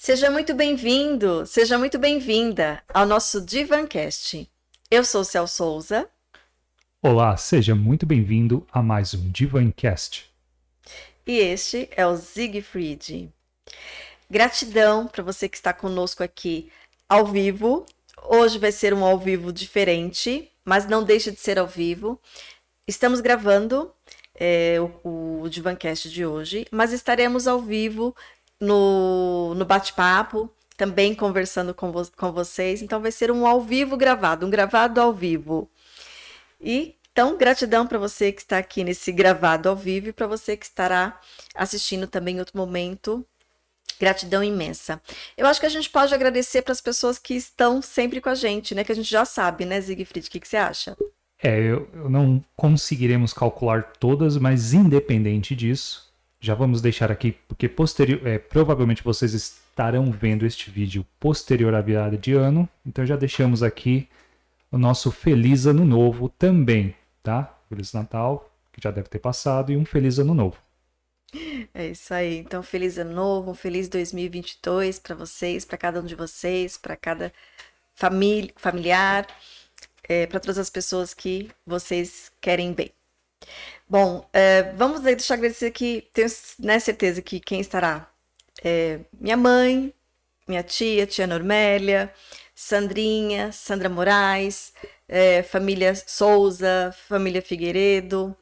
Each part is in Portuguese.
Seja muito bem-vindo, seja muito bem-vinda ao nosso Divancast. Eu sou Cel Souza. Olá, seja muito bem-vindo a mais um Divancast. E este é o Siegfried. Gratidão para você que está conosco aqui ao vivo. Hoje vai ser um ao vivo diferente, mas não deixa de ser ao vivo. Estamos gravando o Divancast de hoje, mas estaremos ao vivo no bate-papo, também conversando com vocês. Então vai ser um ao vivo gravado, um gravado ao vivo. Então, gratidão para você que está aqui nesse gravado ao vivo e para você que estará assistindo também em outro momento. Gratidão imensa. Eu acho que a gente pode agradecer para as pessoas que estão sempre com a gente, né? Que a gente já sabe, né, Siegfried? O que você acha? Eu não conseguiremos calcular todas, mas independente disso, já vamos deixar aqui, porque provavelmente vocês estarão vendo este vídeo posterior à virada de ano, então já deixamos aqui o nosso Feliz Ano Novo também, tá? Feliz Natal, que já deve ter passado, e um Feliz Ano Novo. É isso aí. Então, feliz ano novo, um feliz 2022 para vocês, para cada um de vocês, para cada familiar, para todas as pessoas que vocês querem bem. Bom, deixa eu agradecer aqui, tenho certeza que quem estará minha mãe, minha tia Normélia, Sandrinha, Sandra Moraes, família Souza, família Figueiredo,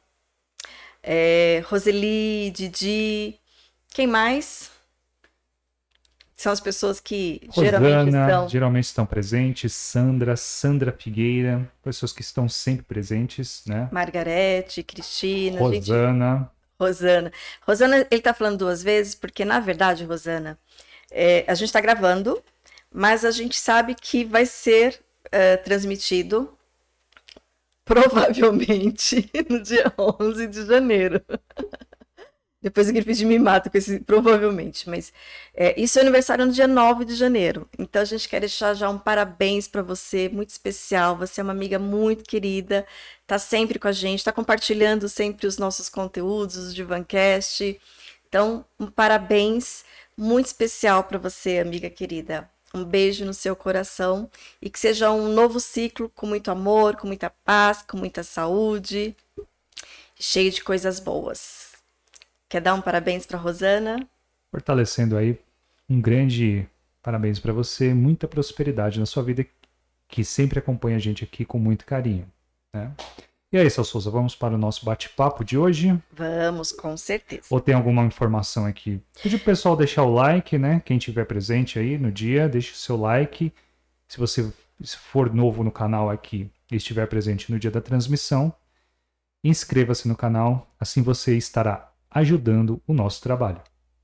Roseli, Didi, quem mais? São as pessoas que Rosana, geralmente estão presentes, Sandra Figueira, pessoas que estão sempre presentes, né? Margarete, Cristina, Rosana. Rosana, ele tá falando duas vezes, porque na verdade, Rosana, a gente está gravando, mas a gente sabe que vai ser transmitido provavelmente no dia 11 de janeiro. Depois o Griffith me mata com esse provavelmente, mas isso é aniversário no dia 9 de janeiro. Então a gente quer deixar já um parabéns para você, muito especial. Você é uma amiga muito querida, tá sempre com a gente, tá compartilhando sempre os nossos conteúdos, os Divancast. Então, um parabéns muito especial para você, amiga querida. Um beijo no seu coração e que seja um novo ciclo com muito amor, com muita paz, com muita saúde, cheio de coisas boas. Quer dar um parabéns para Rosana? Fortalecendo aí, um grande parabéns para você, muita prosperidade na sua vida, que sempre acompanha a gente aqui com muito carinho, né? E aí, Cel Souza, vamos para o nosso bate-papo de hoje? Vamos, com certeza. Ou tem alguma informação aqui? Pedi pro pessoal deixar o like, né? Quem estiver presente aí no dia, deixe o seu like. Se você for novo no canal aqui e estiver presente no dia da transmissão, inscreva-se no canal, assim você estará ajudando o nosso trabalho.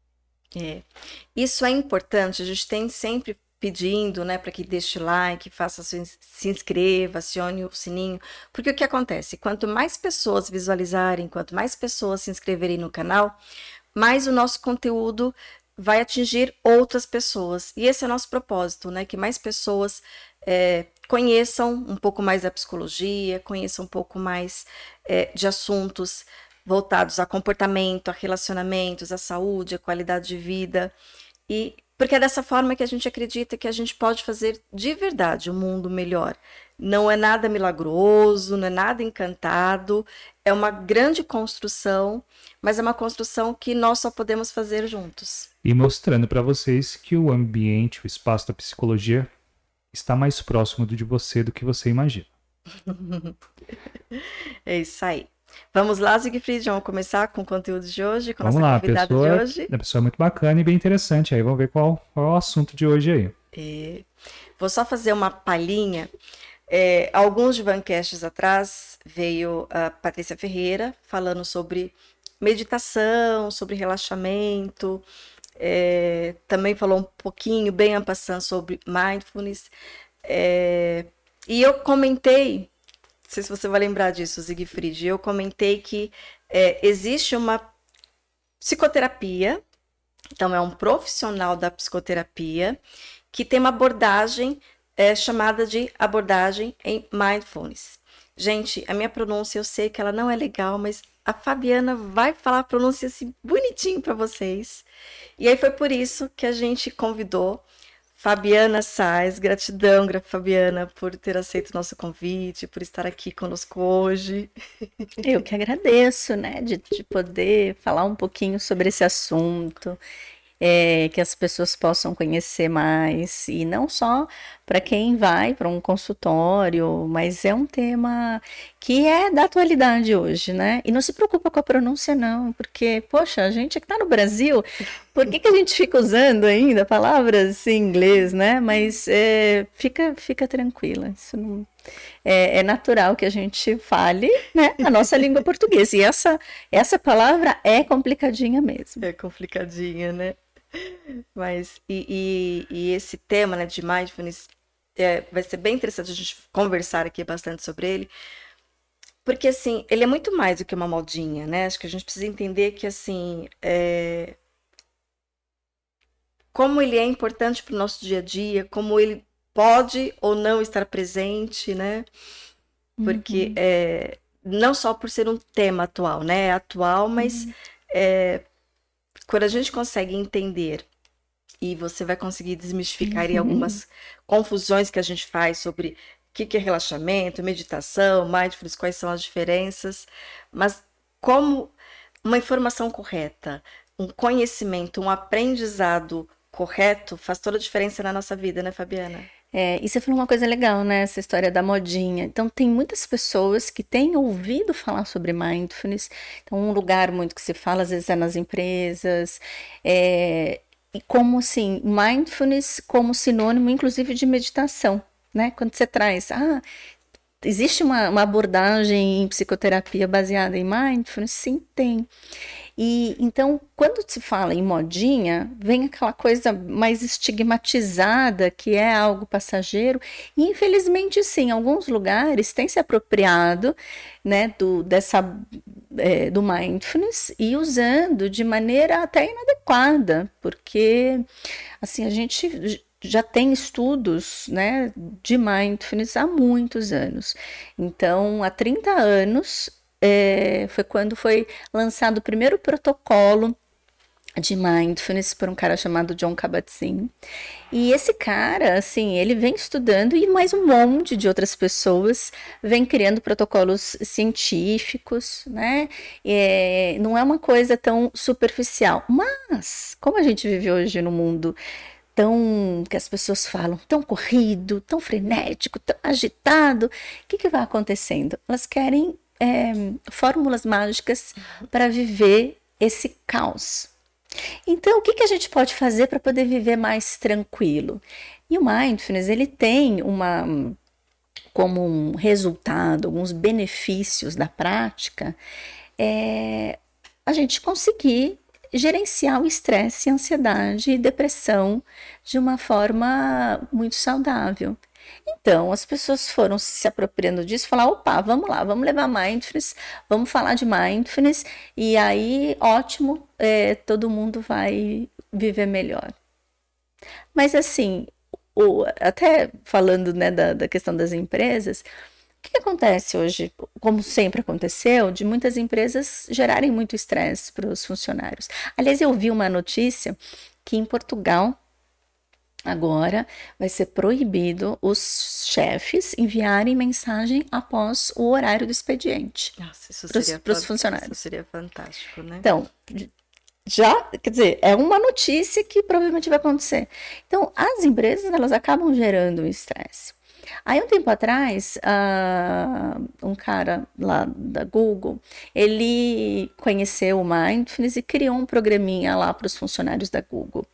Isso é importante, a gente tem sempre pedindo, né, para que deixe o like, se inscreva, acione o sininho, porque o que acontece? Quanto mais pessoas visualizarem, quanto mais pessoas se inscreverem no canal, mais o nosso conteúdo vai atingir outras pessoas. E esse é o nosso propósito, né, que mais pessoas conheçam um pouco mais da psicologia, conheçam um pouco mais de assuntos voltados a comportamento, a relacionamentos, a saúde, a qualidade de vida. E porque é dessa forma que a gente acredita que a gente pode fazer de verdade um mundo melhor. Não é nada milagroso, não é nada encantado, é uma grande construção, mas é uma construção que nós só podemos fazer juntos. E mostrando para vocês que o ambiente, o espaço da psicologia está mais próximo de você do que você imagina. É isso aí. Vamos lá, Siegfried, vamos começar com o conteúdo de hoje, com a Vamos nossa lá, convidada de hoje. a pessoa é muito bacana e bem interessante. Aí vamos ver qual é o assunto de hoje aí. Vou só fazer uma palhinha. Alguns Divancasts atrás veio a Patrícia Ferreira falando sobre meditação, sobre relaxamento. Também falou um pouquinho, bem en passant, sobre mindfulness. E eu comentei, não sei se você vai lembrar disso, Siegfried, eu comentei que existe uma psicoterapia, então é um profissional da psicoterapia que tem uma abordagem chamada de abordagem em mindfulness. Gente, a minha pronúncia, eu sei que ela não é legal, mas a Fabiana vai falar a pronúncia assim bonitinho para vocês. E aí foi por isso que a gente convidou Fabiana Sais. Gratidão, Fabiana, por ter aceito o nosso convite, por estar aqui conosco hoje. Eu que agradeço, né, de poder falar um pouquinho sobre esse assunto, que as pessoas possam conhecer mais, e não só para quem vai para um consultório, mas é um tema que é da atualidade hoje, né? E não se preocupa com a pronúncia, não, porque, poxa, a gente que está no Brasil, por que a gente fica usando ainda palavras em inglês, né? Mas fica tranquila, isso não. É natural que a gente fale, né, a nossa língua portuguesa. E essa palavra é complicadinha mesmo. É complicadinha, né? Mas, e esse tema, né, de mindfulness, vai ser bem interessante a gente conversar aqui bastante sobre ele, porque, assim, ele é muito mais do que uma modinha, né? Acho que a gente precisa entender que, assim, como ele é importante para o nosso dia a dia, como ele pode ou não estar presente, né? Porque não só por ser um tema atual, né? É atual, mas quando a gente consegue entender, e você vai conseguir desmistificar aí algumas confusões que a gente faz sobre o que é relaxamento, meditação, mindfulness, quais são as diferenças, mas como uma informação correta, um conhecimento, um aprendizado correto faz toda a diferença na nossa vida, né, Fabiana? E você falou uma coisa legal, né? Essa história da modinha. Então, tem muitas pessoas que têm ouvido falar sobre mindfulness. Então, um lugar muito que se fala, às vezes, é nas empresas. E como, assim, mindfulness como sinônimo, inclusive, de meditação, né? Quando você traz... existe uma abordagem em psicoterapia baseada em mindfulness? Sim, tem. E então, quando se fala em modinha, vem aquela coisa mais estigmatizada, que é algo passageiro, e infelizmente sim, alguns lugares têm se apropriado, né, do mindfulness e usando de maneira até inadequada, porque assim, a gente já tem estudos, né, de mindfulness há muitos anos. Então, há 30 anos, foi quando foi lançado o primeiro protocolo de mindfulness por um cara chamado Jon Kabat-Zinn. E esse cara, assim, ele vem estudando e mais um monte de outras pessoas vem criando protocolos científicos, né? Não é uma coisa tão superficial. Mas, como a gente vive hoje no mundo que as pessoas falam, tão corrido, tão frenético, tão agitado, o que vai acontecendo? Elas querem fórmulas mágicas para viver esse caos. Então, o que a gente pode fazer para poder viver mais tranquilo? E o mindfulness, ele tem como um resultado, alguns benefícios da prática, a gente conseguir gerenciar o estresse, ansiedade e depressão de uma forma muito saudável. Então, as pessoas foram se apropriando disso, falar, opa, vamos lá, vamos levar mindfulness, vamos falar de mindfulness, e aí, ótimo, todo mundo vai viver melhor. Mas assim, até falando, né, da questão das empresas, o que acontece hoje, como sempre aconteceu, de muitas empresas gerarem muito estresse para os funcionários. Aliás, eu vi uma notícia que em Portugal, agora vai ser proibido os chefes enviarem mensagem após o horário do expediente. Nossa, isso para os funcionários. Isso seria fantástico, né? Então, quer dizer, é uma notícia que provavelmente vai acontecer. Então, as empresas, elas acabam gerando um estresse. Aí, um tempo atrás, um cara lá da Google, ele conheceu o Mindfulness e criou um programinha lá para os funcionários da Google.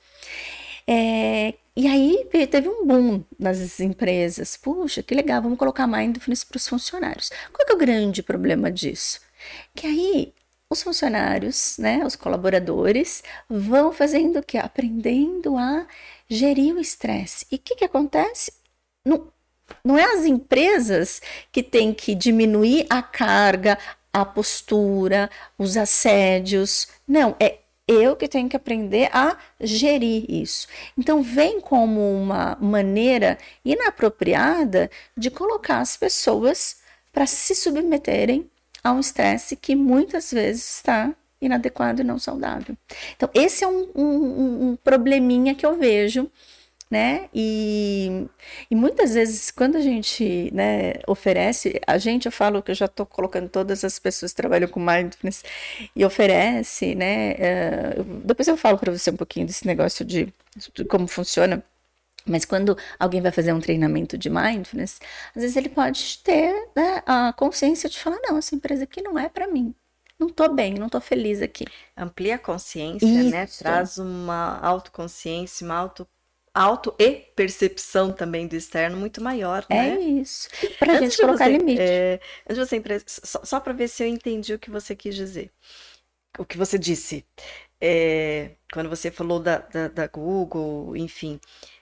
E aí teve um boom nas empresas. Puxa, que legal, vamos colocar Mindfulness para os funcionários. Qual que é o grande problema disso? Que aí os funcionários, né, os colaboradores, vão fazendo o quê? Aprendendo a gerir o estresse. E o que acontece? Não é as empresas que têm que diminuir a carga, a postura, os assédios. Não, é eu que tenho que aprender a gerir isso. Então, vem como uma maneira inapropriada de colocar as pessoas para se submeterem a um estresse que muitas vezes está inadequado e não saudável. Então, esse é um probleminha que eu vejo, né? E muitas vezes, quando a gente, né, oferece, eu falo que eu já estou colocando todas as pessoas que trabalham com mindfulness e oferece, né? Depois eu falo para você um pouquinho desse negócio de como funciona. Mas quando alguém vai fazer um treinamento de mindfulness, às vezes ele pode ter, né, a consciência de falar, não, essa empresa aqui não é para mim. Não tô bem, não tô feliz aqui. Amplia a consciência, né? Traz uma autoconsciência, uma auto e percepção também do externo muito maior, né? É isso. Pra gente colocar limite. Antes de você entrar, só para ver se eu entendi o que você quis dizer. O que você disse. Quando você falou da Google, enfim.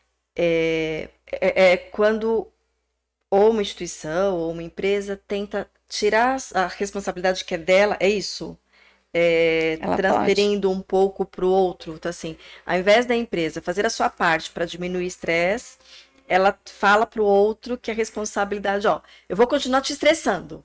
Quando ou uma instituição ou uma empresa tenta tirar a responsabilidade que é dela, é isso? Transferindo um pouco para o outro. Então, assim, ao invés da empresa fazer a sua parte para diminuir o estresse, ela fala para o outro que a responsabilidade, eu vou continuar te estressando.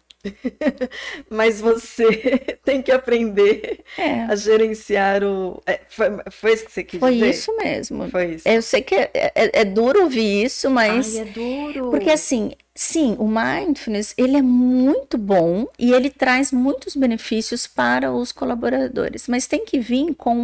Mas você tem que aprender a gerenciar o... Foi isso que você quis dizer? Foi isso mesmo. Foi isso. Eu sei que é duro ouvir isso, mas... Ai, é duro. Porque assim, sim, o mindfulness, ele é muito bom e ele traz muitos benefícios para os colaboradores, mas tem que vir com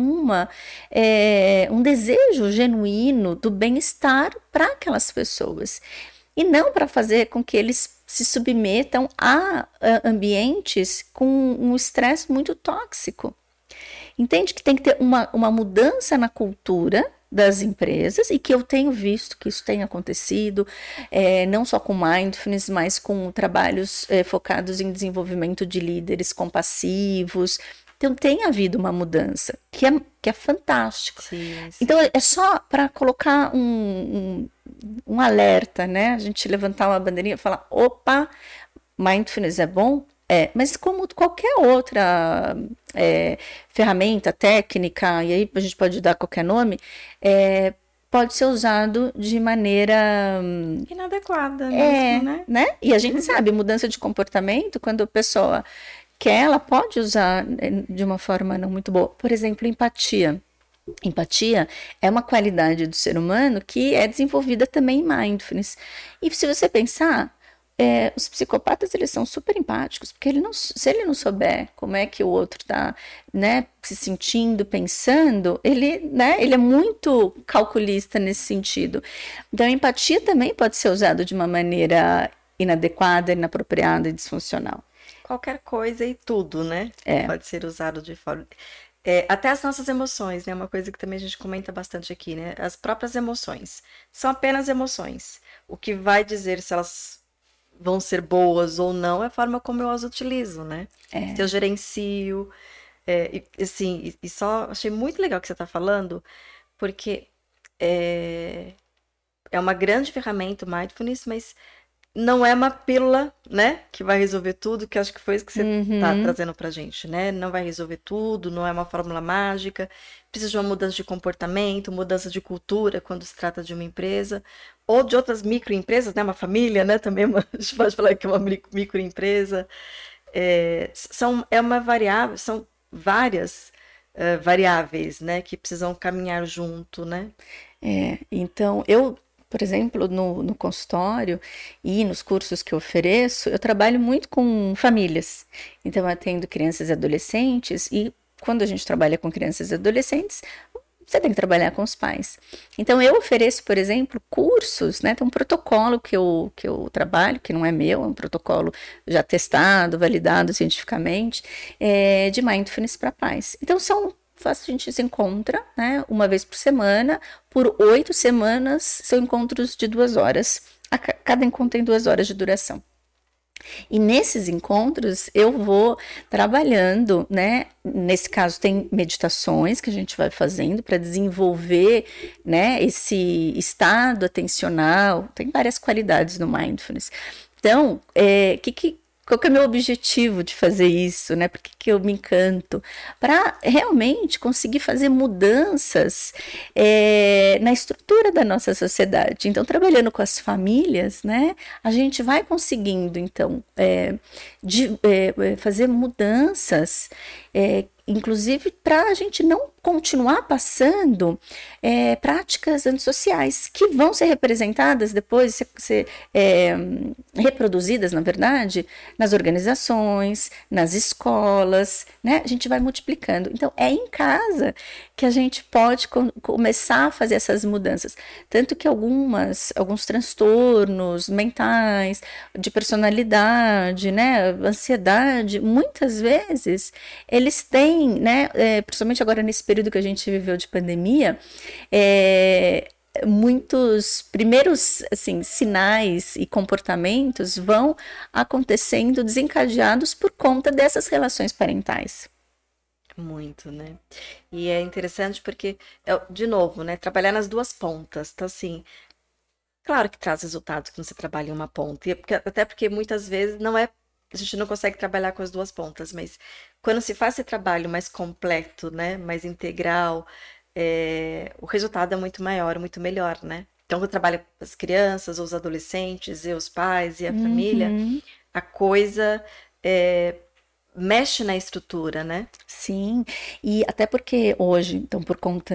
um desejo genuíno do bem-estar para aquelas pessoas. E não para fazer com que eles se submetam a ambientes com um estresse muito tóxico. Entende que tem que ter uma mudança na cultura das empresas e que eu tenho visto que isso tem acontecido, não só com mindfulness, mas com trabalhos focados em desenvolvimento de líderes compassivos. Então tem havido uma mudança que é fantástico. Sim. Então é só para colocar um alerta, né? A gente levantar uma bandeirinha e falar, opa, mindfulness é bom? Mas como qualquer outra ferramenta, técnica, e aí a gente pode dar qualquer nome, pode ser usado de maneira inadequada mesmo, né? E a gente sabe, mudança de comportamento, quando a pessoa quer, ela pode usar de uma forma não muito boa. Por exemplo, empatia. Empatia é uma qualidade do ser humano que é desenvolvida também em mindfulness. E se você pensar, os psicopatas, eles são super empáticos, porque se ele não souber como é que o outro está, né, se sentindo, pensando, ele é muito calculista nesse sentido. Então, a empatia também pode ser usada de uma maneira inadequada, inapropriada e disfuncional. Qualquer coisa e tudo, né? Pode ser usado de forma... até as nossas emoções, né? Uma coisa que também a gente comenta bastante aqui, né? As próprias emoções. São apenas emoções. O que vai dizer se elas vão ser boas ou não é a forma como eu as utilizo, né? Se eu gerencio. E só achei muito legal o que você está falando, porque é uma grande ferramenta o mindfulness, mas não é uma pílula, né, que vai resolver tudo, que acho que foi isso que você está trazendo pra gente, né? Não vai resolver tudo, não é uma fórmula mágica, precisa de uma mudança de comportamento, mudança de cultura quando se trata de uma empresa, ou de outras microempresas, né? Uma família, né? Também a gente pode falar que é uma microempresa. São várias variáveis, né, que precisam caminhar junto, né? Então, por exemplo, no consultório e nos cursos que eu ofereço, eu trabalho muito com famílias. Então, eu atendo crianças e adolescentes, e quando a gente trabalha com crianças e adolescentes, você tem que trabalhar com os pais. Então, eu ofereço, por exemplo, cursos, né? Tem um protocolo que eu trabalho, que não é meu, é um protocolo já testado, validado cientificamente, de mindfulness para pais. Então, a gente se encontra, né, uma vez por semana, por 8 semanas, são encontros de 2 horas. Cada encontro tem 2 horas de duração. E nesses encontros eu vou trabalhando, né? Nesse caso tem meditações que a gente vai fazendo para desenvolver, né, esse estado atencional. Tem várias qualidades no mindfulness. Então, Qual que é o meu objetivo de fazer isso, né? Por que eu me encanto? Para realmente conseguir fazer mudanças na estrutura da nossa sociedade. Então, trabalhando com as famílias, né? A gente vai conseguindo, então, fazer mudanças, inclusive para a gente não continuar passando práticas antissociais que vão ser representadas depois, reproduzidas, na verdade, nas organizações, nas escolas, né? A gente vai multiplicando. Então, é em casa que a gente pode começar a fazer essas mudanças. Tanto que alguns transtornos mentais, de personalidade, né? Ansiedade, muitas vezes, eles têm, né? Principalmente agora nesse período que a gente viveu de pandemia, muitos primeiros assim, sinais e comportamentos vão acontecendo desencadeados por conta dessas relações parentais. Muito, né? E é interessante porque, de novo, né? Trabalhar nas duas pontas. Então, assim, claro que traz resultados quando você trabalha em uma ponta. Até porque muitas vezes a gente não consegue trabalhar com as duas pontas, mas quando se faz esse trabalho mais completo, né? Mais integral, o resultado é muito maior, muito melhor, né? Então, quando trabalha com as crianças, os adolescentes, e os pais e a família, a coisa mexe na estrutura, né? Sim, e até porque hoje, então, por conta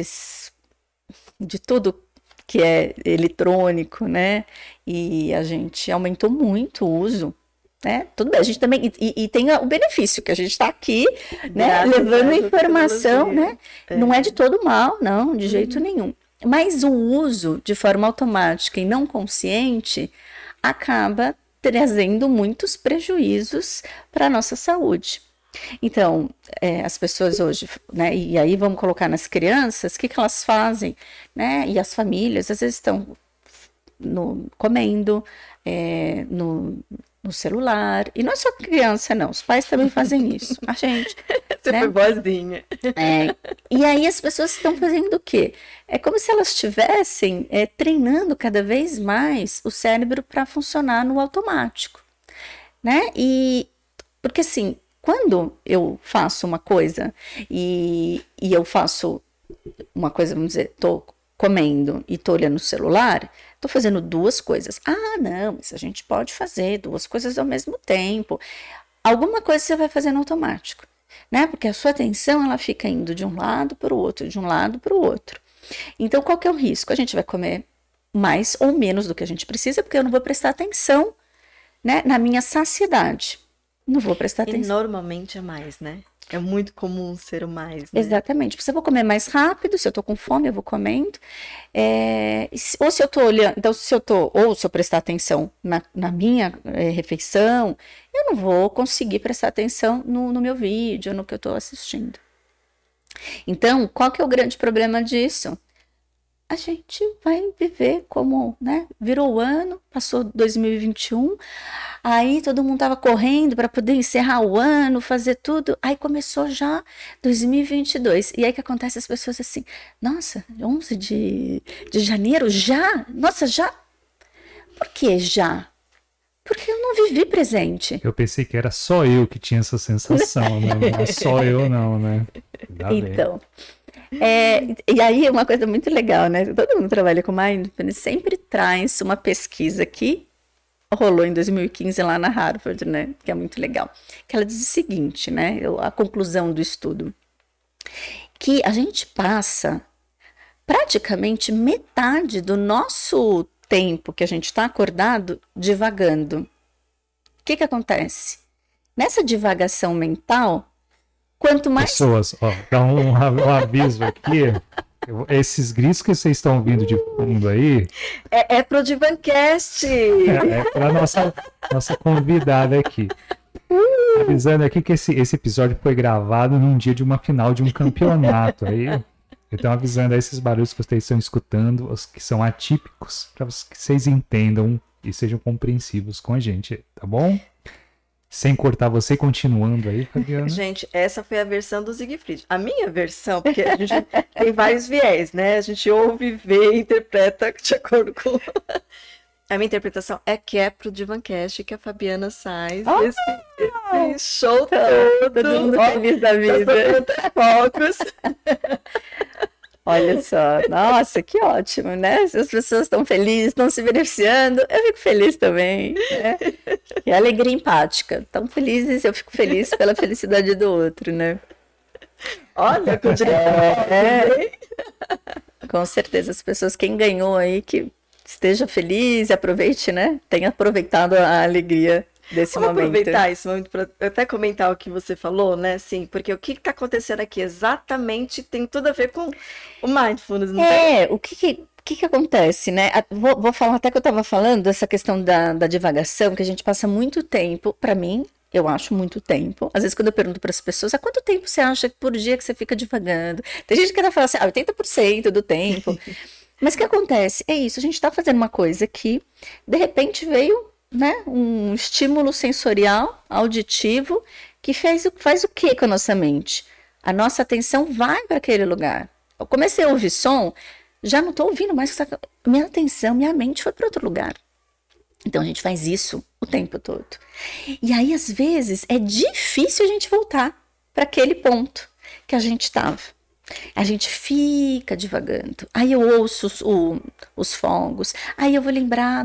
de tudo que é eletrônico, né? E a gente aumentou muito o uso, né? Tudo bem, a gente também, e tem o benefício que a gente está aqui, né? Levando informação, né? Não é de todo mal, não, de jeito nenhum. Mas o uso de forma automática e não consciente acaba trazendo muitos prejuízos para a nossa saúde. Então, as pessoas hoje, né, e aí vamos colocar nas crianças, o que elas fazem, né, e as famílias, às vezes estão comendo, no celular, e não é só criança não, os pais também fazem isso, a gente. Você né? foi boazinha. E aí as pessoas estão fazendo o quê? É como se elas estivessem treinando cada vez mais o cérebro para funcionar no automático, né? E porque assim, quando eu faço uma coisa e eu faço uma coisa, vamos dizer, tô comendo e tô olhando o celular, tô fazendo duas coisas. Ah, não, mas a gente pode fazer duas coisas ao mesmo tempo. Alguma coisa você vai fazer no automático, né? Porque a sua atenção, ela fica indo de um lado para o outro, de um lado para o outro. Então, qual que é o risco? A gente vai comer mais ou menos do que a gente precisa, porque eu não vou prestar atenção, né, na minha saciedade. Não vou prestar atenção. E normalmente é mais, né? É muito comum ser o mais, né? Exatamente. Se eu vou comer mais rápido, se eu tô com fome, eu vou comendo. Ou se eu tô olhando, então se eu prestar atenção na minha refeição, eu não vou conseguir prestar atenção no meu vídeo, no que eu tô assistindo. Então, qual que é o grande problema disso? A gente vai viver como, né? Virou o ano, passou 2021, aí todo mundo tava correndo para poder encerrar o ano, fazer tudo, aí começou já 2022, e aí que acontece as pessoas assim, nossa, 11 de janeiro, já? Nossa, já? Por que já? Porque eu não vivi presente. Eu pensei que era só eu que tinha essa sensação, né? Não é só eu não, né? Então... e aí uma coisa muito legal, né? Todo mundo trabalha com Mindfulness, sempre traz uma pesquisa que rolou em 2015 lá na Harvard, né? Que é muito legal. Que ela diz o seguinte, né? A conclusão do estudo. Que a gente passa praticamente metade do nosso tempo que a gente está acordado divagando. O que acontece? Nessa divagação mental, quanto mais... Pessoas, dá um aviso aqui. Esses gritos que vocês estão ouvindo de fundo aí... É pro Divancast! É para nossa convidada aqui. Avisando aqui que esse episódio foi gravado num dia de uma final de um campeonato. Aí, então, avisando aí esses barulhos que vocês estão escutando, os que são atípicos, para que vocês entendam e sejam compreensivos com a gente, tá bom? Sem cortar você, continuando aí, Fabiana. Gente, essa foi a versão do Siegfried. A minha versão, porque a gente tem vários viés, né? A gente ouve, vê, interpreta de acordo com... A minha interpretação é que é pro Divancast que a Fabiana sai. Ah! Esse show Todo mundo feliz da vida. Focos. Olha só, nossa, que ótimo, né? Se as pessoas estão felizes, estão se beneficiando, eu fico feliz também, né? E a alegria empática. Estão felizes, eu fico feliz pela felicidade do outro, né? Olha, com com certeza, as pessoas, quem ganhou aí, que esteja feliz, aproveite, né? Tenha aproveitado a alegria desse Vamos momento. aproveitar esse momento para até comentar o que você falou, né? Sim, porque o que está acontecendo aqui exatamente tem tudo a ver com o mindfulness, não tem? O que acontece, né? Vou falar até que eu estava falando dessa questão da divagação, que a gente passa muito tempo, para mim, eu acho muito tempo. Às vezes, quando eu pergunto para as pessoas, há quanto tempo você acha por dia que você fica divagando? Tem gente que até fala assim, 80% do tempo. Mas o que acontece? É isso, a gente está fazendo uma coisa que, de repente, veio, né, um estímulo sensorial, auditivo, que faz o que com a nossa mente? A nossa atenção vai para aquele lugar. Eu comecei a ouvir som, já não estou ouvindo mais, minha atenção, minha mente foi para outro lugar. Então a gente faz isso o tempo todo. E aí, às vezes, é difícil a gente voltar para aquele ponto que a gente estava. A gente fica divagando. Aí eu ouço os fogos. Aí eu vou lembrar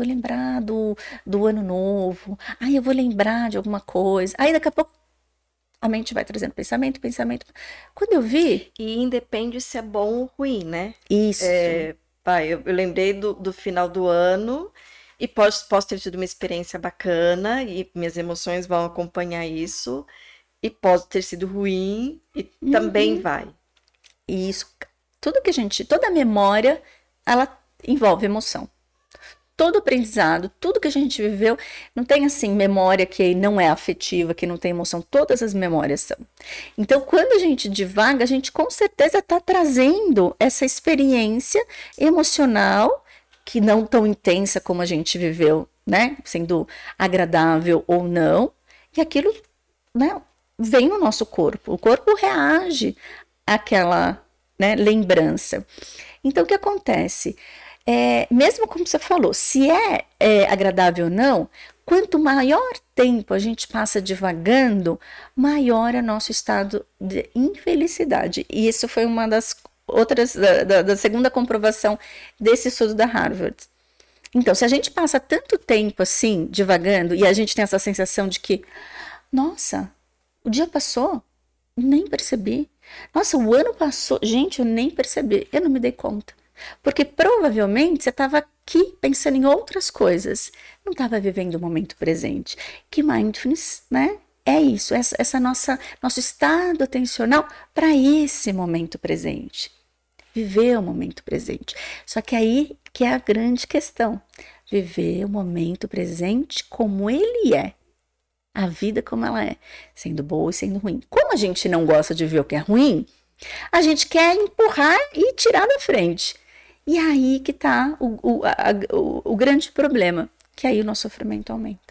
do ano novo. Aí eu vou lembrar de alguma coisa. Aí daqui a pouco a mente vai trazendo pensamento. Quando eu vi... E independe se é bom ou ruim, né? Isso. Eu lembrei do final do ano e posso ter tido uma experiência bacana e minhas emoções vão acompanhar isso. E pode ter sido ruim e também vai. E isso, toda a memória, ela envolve emoção. Todo aprendizado, tudo que a gente viveu, não tem assim memória que não é afetiva, que não tem emoção, todas as memórias são. Então, quando a gente divaga, a gente com certeza está trazendo essa experiência emocional, que não tão intensa como a gente viveu, né? Sendo agradável ou não, e aquilo, né, vem no nosso corpo. O corpo reage àquela, né, lembrança. Então, o que acontece? Mesmo como você falou, se é agradável ou não, quanto maior tempo a gente passa divagando, maior é nosso estado de infelicidade. E isso foi uma das outras, da segunda comprovação desse estudo da Harvard. Então, se a gente passa tanto tempo assim, divagando, e a gente tem essa sensação de que, nossa, o dia passou, nem percebi. Nossa, o ano passou, gente, eu nem percebi, eu não me dei conta. Porque provavelmente você estava aqui pensando em outras coisas, não estava vivendo o momento presente. Que mindfulness, né? É isso, essa nosso estado atencional para esse momento presente. Viver o momento presente. Só que aí que é a grande questão. Viver o momento presente como ele é. A vida como ela é, sendo boa e sendo ruim. Como a gente não gosta de ver o que é ruim, a gente quer empurrar e tirar da frente. E aí que está o grande problema, que aí o nosso sofrimento aumenta.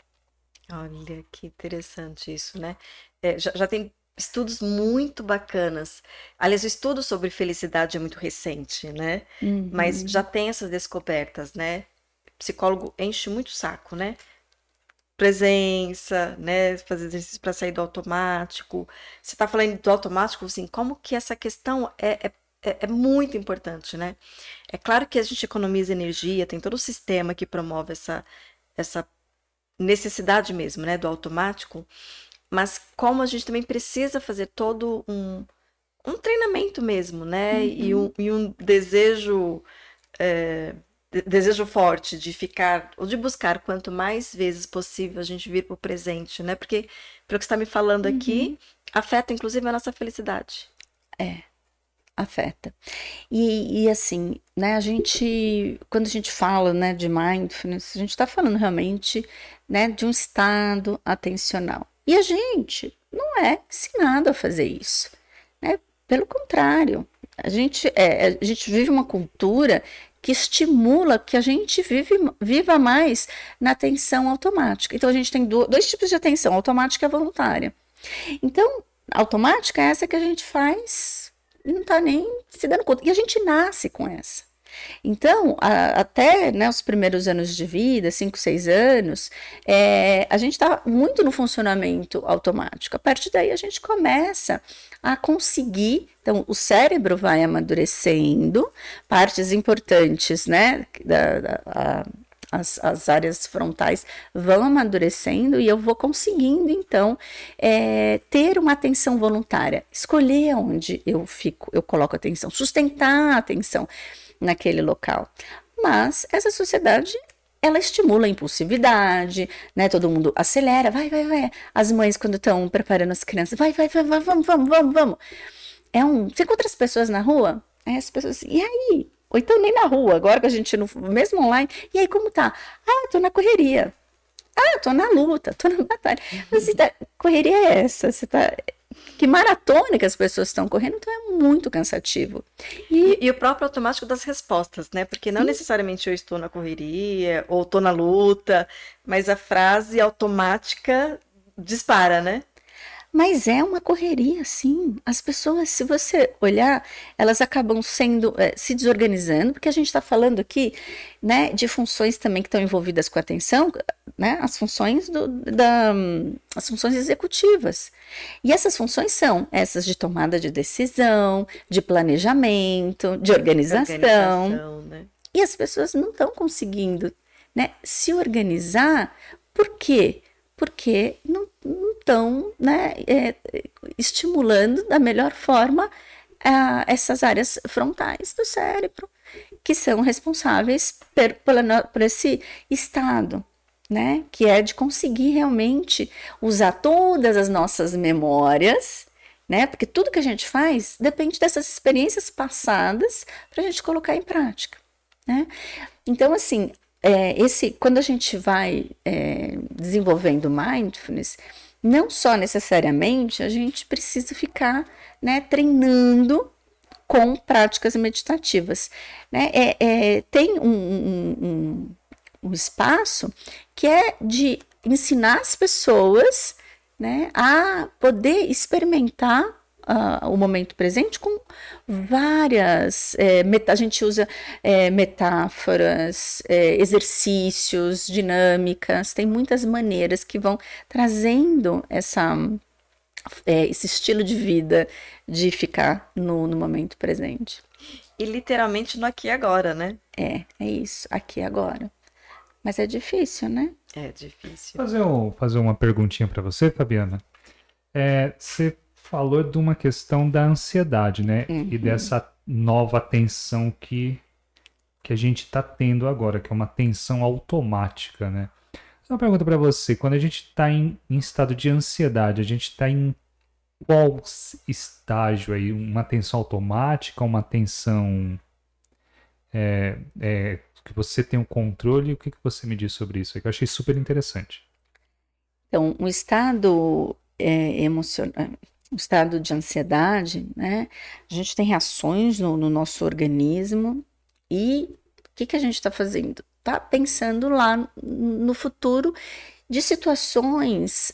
Olha, que interessante isso, né? Já tem estudos muito bacanas. Aliás, o estudo sobre felicidade é muito recente, né? Mas já tem essas descobertas, né? O psicólogo enche muito o saco, né? Presença, né? Fazer exercício para sair do automático. Você está falando do automático, assim, como que essa questão é muito importante, né? É claro que a gente economiza energia, tem todo o sistema que promove essa necessidade mesmo, né, do automático, mas como a gente também precisa fazer todo um treinamento mesmo, né, e um desejo forte de ficar, ou de buscar quanto mais vezes possível a gente vir para o presente, né, porque pelo que você está me falando aqui, afeta inclusive a nossa felicidade. Afeta. E assim, né, quando a gente fala, né, de mindfulness, a gente está falando realmente, né, de um estado atencional. E a gente não é ensinado a fazer isso, né? Pelo contrário, a gente vive uma cultura que estimula que a gente viva mais na atenção automática. Então, a gente tem dois tipos de atenção, automática e voluntária. Então, a automática é essa que a gente faz... não tá nem se dando conta. E a gente nasce com essa. Então, até, né, os primeiros anos de vida, 5, 6 anos, a gente está muito no funcionamento automático. A partir daí, a gente começa a conseguir. Então, o cérebro vai amadurecendo, partes importantes, né, as áreas frontais vão amadurecendo e eu vou conseguindo, então, ter uma atenção voluntária, escolher onde eu coloco atenção, sustentar a atenção naquele local. Mas essa sociedade, ela estimula a impulsividade, né? Todo mundo acelera, vai. As mães, quando estão preparando as crianças, vai, vamos. Você encontra as pessoas na rua, as pessoas assim, e aí? Ou então nem na rua, agora que a gente, mesmo online, e aí como tá? Tô na correria. Tô na luta, tô na batalha. Mas correria é essa? Que maratona que as pessoas estão correndo, então é muito cansativo. E o próprio automático das respostas, né? Porque não necessariamente eu estou na correria ou estou na luta, mas a frase automática dispara, né? Mas é uma correria, sim. As pessoas, se você olhar, elas acabam se desorganizando, porque a gente está falando aqui, né, de funções também que estão envolvidas com a atenção, né, as funções as funções executivas. E essas funções são essas de tomada de decisão, de planejamento, de organização. Né? E as pessoas não estão conseguindo, né, se organizar. Por quê? Porque não estão, né, estimulando da melhor forma essas áreas frontais do cérebro, que são responsáveis por esse estado, né, que é de conseguir realmente usar todas as nossas memórias, né, porque tudo que a gente faz depende dessas experiências passadas para a gente colocar em prática, né? Então, assim, quando a gente vai desenvolvendo mindfulness, não só necessariamente a gente precisa ficar, né, treinando com práticas meditativas, né? Tem um espaço que é de ensinar as pessoas, né, a poder experimentar o momento presente com várias, a gente usa metáforas, exercícios, dinâmicas, tem muitas maneiras que vão trazendo esse estilo de vida de ficar no momento presente. E literalmente no aqui e agora, né? É isso, aqui e agora. Mas é difícil, né? É difícil. Fazer uma perguntinha para você, Fabiana. Você falou de uma questão da ansiedade, né? Uhum. E dessa nova tensão que a gente está tendo agora, que é uma tensão automática, né? Uma pergunta para você. Quando a gente está em estado de ansiedade, a gente está em qual estágio aí? Uma tensão automática, uma tensão que você tem o controle? O que você me diz sobre isso? Que eu achei super interessante. Então, um estado emocional, um estado de ansiedade, né? A gente tem reações no nosso organismo e o que a gente está fazendo? Está pensando lá no futuro de situações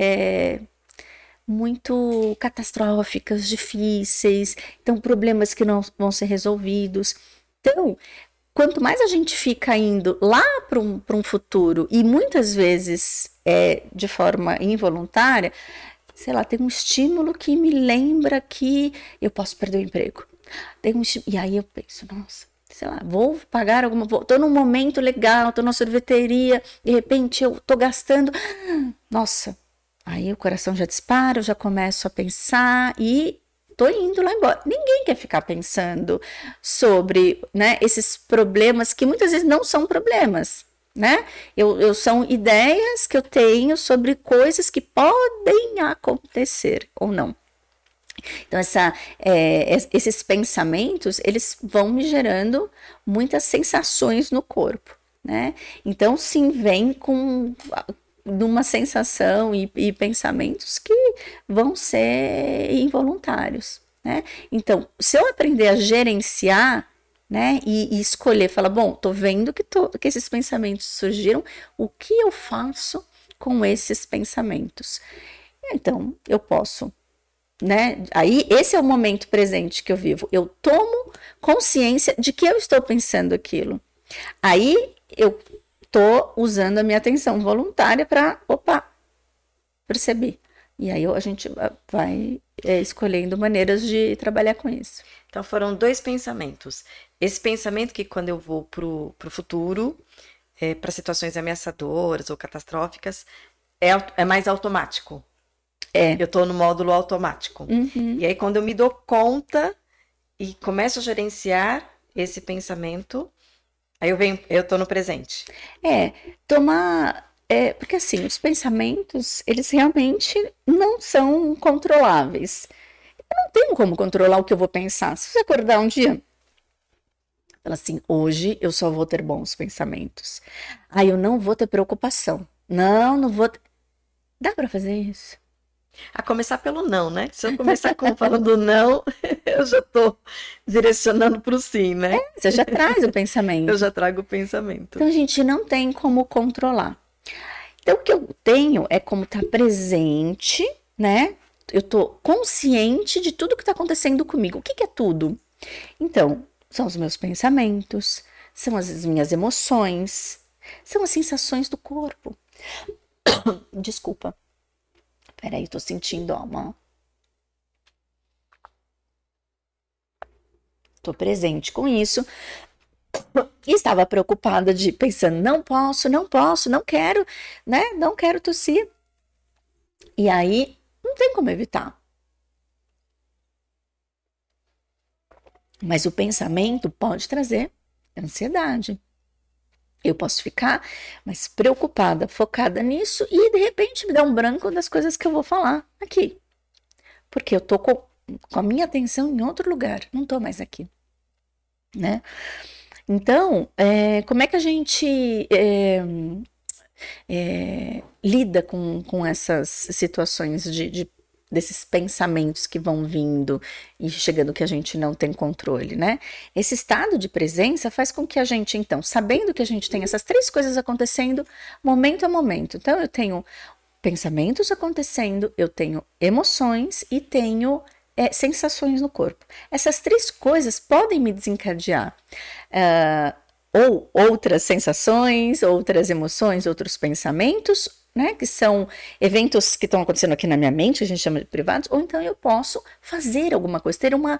muito catastróficas, difíceis, então problemas que não vão ser resolvidos. Então, quanto mais a gente fica indo lá para um futuro e muitas vezes de forma involuntária, sei lá, tem um estímulo que me lembra que eu posso perder o emprego. E aí eu penso, nossa, sei lá, vou pagar tô num momento legal, tô na sorveteria, de repente eu tô gastando, nossa, aí o coração já dispara, eu já começo a pensar e tô indo lá embora. Ninguém quer ficar pensando sobre, né, esses problemas que muitas vezes não são problemas, né? São ideias que eu tenho sobre coisas que podem acontecer ou não. Então, esses pensamentos, eles vão me gerando muitas sensações no corpo, né? Então, sim, vem com uma sensação e pensamentos que vão ser involuntários, né? Então, se eu aprender a gerenciar, né, e escolher, falar, bom, tô vendo que esses pensamentos surgiram, o que eu faço com esses pensamentos? Então, eu posso né? Aí esse é o momento presente que eu vivo. Eu tomo consciência de que eu estou pensando aquilo. Aí eu tô usando a minha atenção voluntária para, opa, perceber. E aí a gente vai escolhendo maneiras de trabalhar com isso. Então foram 2 pensamentos. Esse pensamento que quando eu vou pro futuro, para situações ameaçadoras ou catastróficas, é mais automático. Eu tô no módulo automático. Uhum. E aí quando eu me dou conta e começo a gerenciar esse pensamento, aí eu tô no presente. Porque assim, os pensamentos, eles realmente não são controláveis. Eu não tenho como controlar o que eu vou pensar. Se você acordar um dia, fala assim, hoje eu só vou ter bons pensamentos. Aí eu não vou ter preocupação. Não vou ter... Dá para fazer isso? A começar pelo não, né? Se eu começar falando não, eu já tô direcionando pro sim, né? Você já traz o pensamento. Eu já trago o pensamento. Então a gente não tem como controlar. Então, o que eu tenho é como estar presente, né? Eu estou consciente de tudo que está acontecendo comigo. O que é tudo? Então, são os meus pensamentos, são as minhas emoções, são as sensações do corpo. Desculpa. Peraí, estou sentindo uma... Estou presente com isso. E estava preocupada pensando, não posso, não quero, né? Não quero tossir. E aí, não tem como evitar. Mas o pensamento pode trazer ansiedade. Eu posso ficar mais preocupada, focada nisso e de repente me dá um branco das coisas que eu vou falar aqui. Porque eu tô com a minha atenção em outro lugar, não tô mais aqui, né? Então, como é que a gente lida com essas situações desses pensamentos que vão vindo e chegando que a gente não tem controle, né? Esse estado de presença faz com que a gente, então, sabendo que a gente tem essas 3 coisas acontecendo momento a momento. Então, eu tenho pensamentos acontecendo, eu tenho emoções e tenho sensações no corpo. Essas 3 coisas podem me desencadear ou outras sensações, outras emoções, outros pensamentos, né, que são eventos que estão acontecendo aqui na minha mente, a gente chama de privados, ou então eu posso fazer alguma coisa, ter uma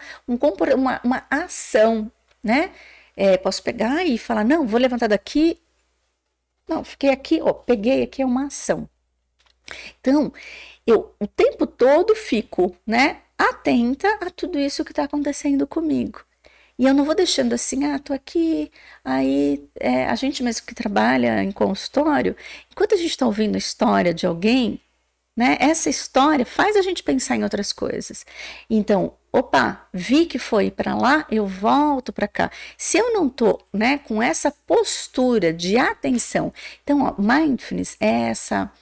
ação, né? Posso pegar e falar, não, vou levantar daqui, não, fiquei aqui, peguei aqui, é uma ação. Então, eu o tempo todo fico, né, atenta a tudo isso que está acontecendo comigo. E eu não vou deixando assim, tô aqui, aí a gente mesmo que trabalha em consultório, enquanto a gente está ouvindo a história de alguém, né, essa história faz a gente pensar em outras coisas. Então, opa, vi que foi para lá, eu volto para cá. Se eu não tô, né, com essa postura de atenção, então, mindfulness é essa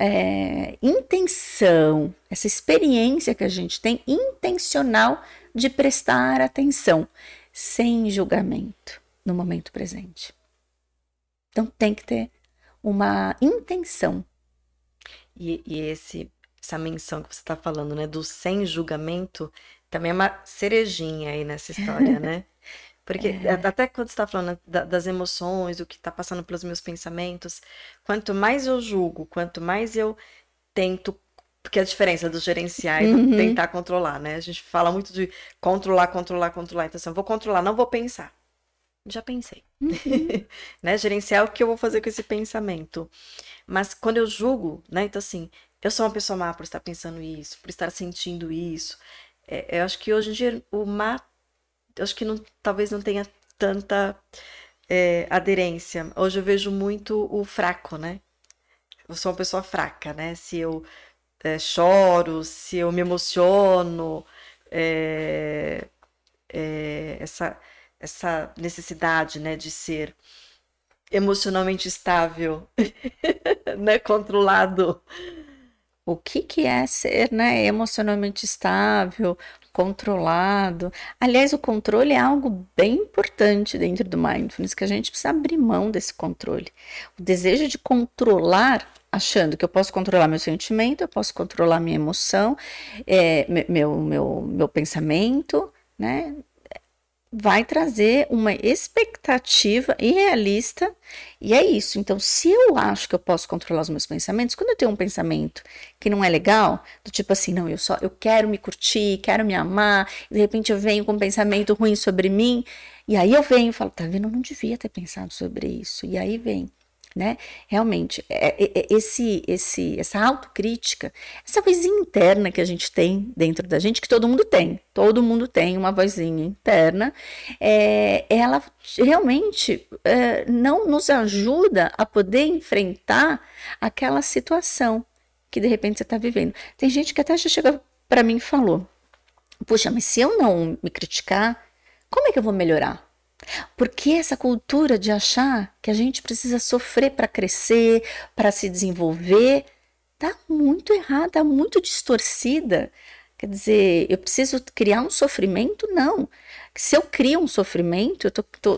intenção, essa experiência que a gente tem intencional de prestar atenção, sem julgamento no momento presente. Então tem que ter uma intenção. E essa menção que você está falando, né, do sem julgamento, também é uma cerejinha aí nessa história, né? Porque até quando você está falando das emoções, o que está passando pelos meus pensamentos, quanto mais eu julgo, quanto mais eu tento, porque a diferença do gerenciar e do tentar controlar, né? A gente fala muito de controlar. Então assim, eu vou controlar, não vou pensar. Já pensei. Né? Gerenciar o que eu vou fazer com esse pensamento. Mas quando eu julgo, né? Então assim, eu sou uma pessoa má por estar pensando isso, por estar sentindo isso. Eu acho que hoje em dia o má, eu acho que talvez não tenha tanta aderência. Hoje eu vejo muito o fraco, né? Eu sou uma pessoa fraca, né? Se eu choro, se eu me emociono, essa necessidade, né, de ser emocionalmente estável, né, controlado. O que é ser, né, emocionalmente estável? controlado. Aliás, o controle é algo bem importante dentro do mindfulness, que a gente precisa abrir mão desse controle. O desejo de controlar, achando que eu posso controlar meu sentimento, eu posso controlar minha emoção, meu pensamento, né? Vai trazer uma expectativa irrealista, e é isso. Então, se eu acho que eu posso controlar os meus pensamentos, quando eu tenho um pensamento que não é legal, do tipo assim, não, eu quero me curtir, quero me amar, e de repente eu venho com um pensamento ruim sobre mim, e aí eu venho e falo, tá vendo, eu não devia ter pensado sobre isso, e aí vem, né? Realmente, essa autocrítica, essa vozinha interna que a gente tem dentro da gente, que todo mundo tem uma vozinha interna, ela realmente não nos ajuda a poder enfrentar aquela situação que de repente você está vivendo. Tem gente que até já chegou para mim e falou, puxa, mas se eu não me criticar, como é que eu vou melhorar? Porque essa cultura de achar que a gente precisa sofrer para crescer, para se desenvolver, tá muito errada, tá muito distorcida. Quer dizer, eu preciso criar um sofrimento? Não. Se eu crio um sofrimento, eu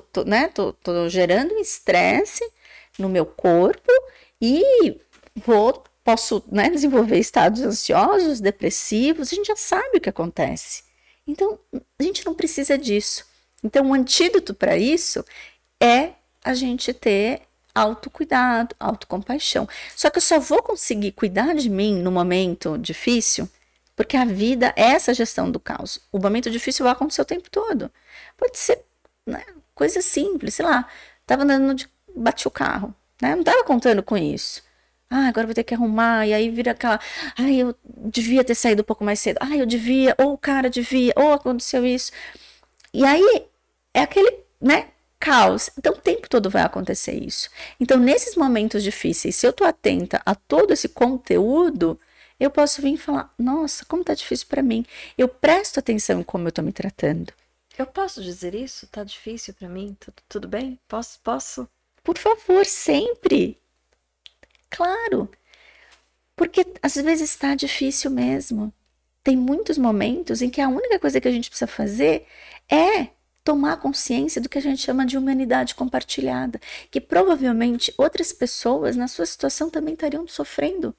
tô gerando um estresse no meu corpo e posso, né, desenvolver estados ansiosos, depressivos, a gente já sabe o que acontece. Então, a gente não precisa disso. Então, o antídoto para isso é a gente ter autocuidado, autocompaixão. Só que eu só vou conseguir cuidar de mim no momento difícil, porque a vida é essa gestão do caos. O momento difícil vai acontecer o tempo todo. Pode ser, né, coisa simples, sei lá, estava andando, bati o carro, né, não estava contando com isso. Agora vou ter que arrumar, e aí vira aquela, eu devia ter saído um pouco mais cedo, eu devia, ou o cara devia, ou aconteceu isso. E aí é aquele, né, caos. Então o tempo todo vai acontecer isso. Então nesses momentos difíceis, se eu tô atenta a todo esse conteúdo, eu posso vir e falar, nossa, como tá difícil para mim. Eu presto atenção em como eu tô me tratando. Eu posso dizer isso? Tá difícil para mim? Tudo bem? Posso? Por favor, sempre. Claro. Porque às vezes está difícil mesmo. Tem muitos momentos em que a única coisa que a gente precisa fazer é tomar consciência do que a gente chama de humanidade compartilhada, que provavelmente outras pessoas na sua situação também estariam sofrendo.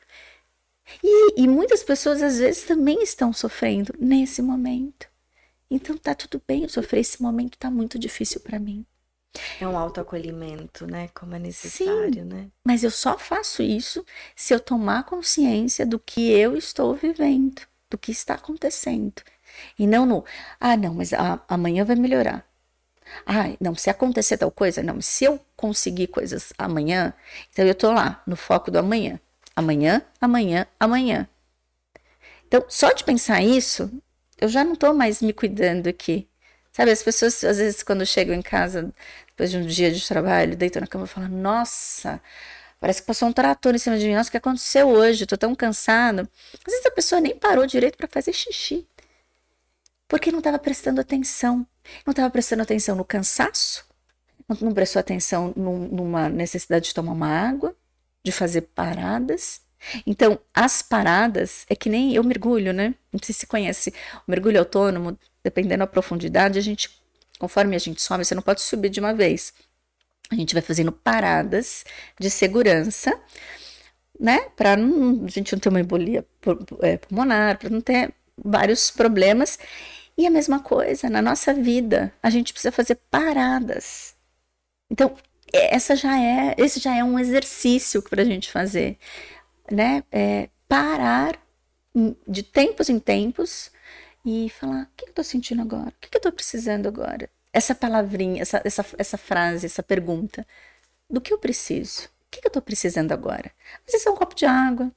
E muitas pessoas às vezes também estão sofrendo nesse momento. Então tá tudo bem eu sofrer, esse momento tá muito difícil para mim. É um autoacolhimento, né? Como é necessário, Sim, né? mas eu só faço isso se eu tomar consciência do que eu estou vivendo, do que está acontecendo. E não não, mas amanhã vai melhorar. Não, se acontecer tal coisa, não, se eu conseguir coisas amanhã, então eu tô lá, no foco do amanhã. Amanhã, amanhã, amanhã. Então, só de pensar isso, eu já não tô mais me cuidando aqui. Sabe, as pessoas, às vezes, quando chegam em casa, depois de um dia de trabalho, deitam na cama e falam, nossa, parece que passou um trator em cima de mim, nossa, o que aconteceu hoje? Eu tô tão cansado. Às vezes a pessoa nem parou direito para fazer xixi. Porque não estava prestando atenção. Não estava prestando atenção no cansaço, não prestou atenção numa necessidade de tomar uma água, de fazer paradas. Então, as paradas, é que nem eu mergulho, né? Não sei se conhece o mergulho autônomo, dependendo da profundidade, conforme a gente sobe, você não pode subir de uma vez. A gente vai fazendo paradas de segurança, né? Para a gente não ter uma embolia pulmonar, para não ter vários problemas. E a mesma coisa, na nossa vida, a gente precisa fazer paradas. Então, esse já é um exercício para a gente fazer, né? Parar de tempos em tempos e falar, o que eu estou sentindo agora? O que eu estou precisando agora? Essa palavrinha, essa frase, essa pergunta, do que eu preciso? O que eu estou precisando agora? Às vezes é um copo de água,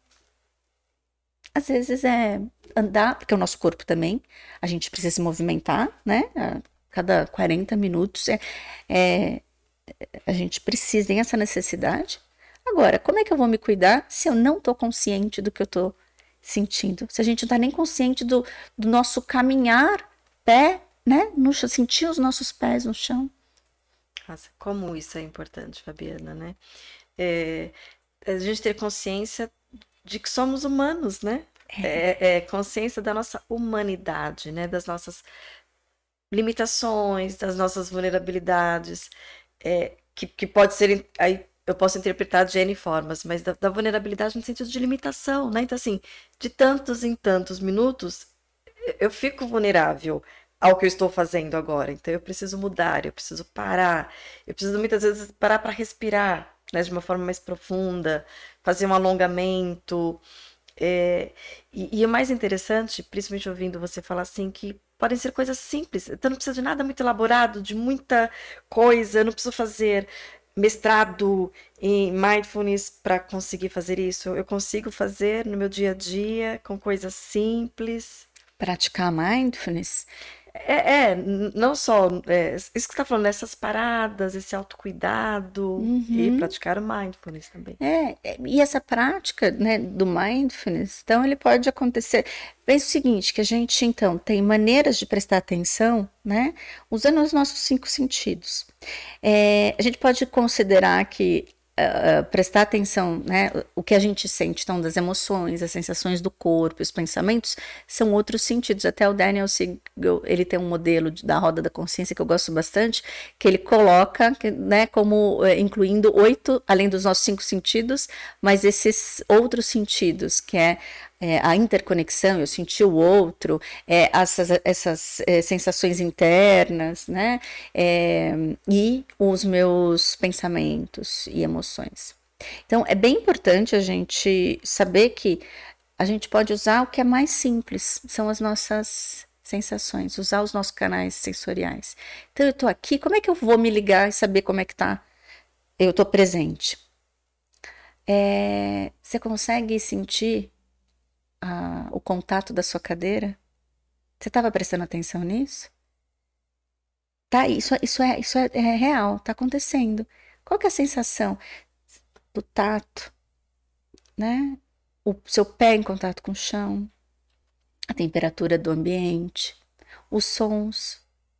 às vezes é andar, porque é o nosso corpo também, a gente precisa se movimentar, né? A cada 40 minutos a gente precisa, tem essa necessidade. Agora, como é que eu vou me cuidar se eu não estou consciente do que eu estou sentindo? Se a gente não está nem consciente do nosso caminhar, pé, né? Sentir os nossos pés no chão. Nossa, como isso é importante, Fabiana, né? A gente ter consciência de que somos humanos, né? é consciência da nossa humanidade, né? Das nossas limitações, das nossas vulnerabilidades, que pode ser, aí eu posso interpretar de N formas, mas da vulnerabilidade no sentido de limitação, né? Então, assim, de tantos em tantos minutos, eu fico vulnerável ao que eu estou fazendo agora. Então, eu preciso mudar, eu preciso parar, eu preciso muitas vezes parar para respirar, né? De uma forma mais profunda, fazer um alongamento. E o mais interessante, principalmente ouvindo você falar assim, que podem ser coisas simples. Então não precisa de nada muito elaborado, de muita coisa. Eu não preciso fazer mestrado em mindfulness para conseguir fazer isso. Eu consigo fazer no meu dia a dia com coisas simples. Praticar mindfulness. Não só isso que você está falando, essas paradas, esse autocuidado e praticar o mindfulness também. E essa prática, né, do mindfulness, então ele pode acontecer. Pensa o seguinte, que a gente então tem maneiras de prestar atenção, né, usando os nossos 5 sentidos. A gente pode considerar que prestar atenção, né, o que a gente sente, então, das emoções, as sensações do corpo, os pensamentos, são outros sentidos. Até o Daniel Siegel, ele tem um modelo da roda da consciência que eu gosto bastante, que ele coloca, né, como incluindo 8, além dos nossos 5 sentidos, mas esses outros sentidos, que a interconexão, eu sentir o outro, essas sensações internas, né? E os meus pensamentos e emoções. Então, é bem importante a gente saber que a gente pode usar o que é mais simples, são as nossas sensações, usar os nossos canais sensoriais. Então, eu estou aqui, como é que eu vou me ligar e saber como é que tá? Eu estou presente. Você consegue sentir o contato da sua cadeira? Você estava prestando atenção nisso? Tá, isso é real, tá acontecendo. Qual que é a sensação do tato, né? O seu pé em contato com o chão, a temperatura do ambiente, os sons,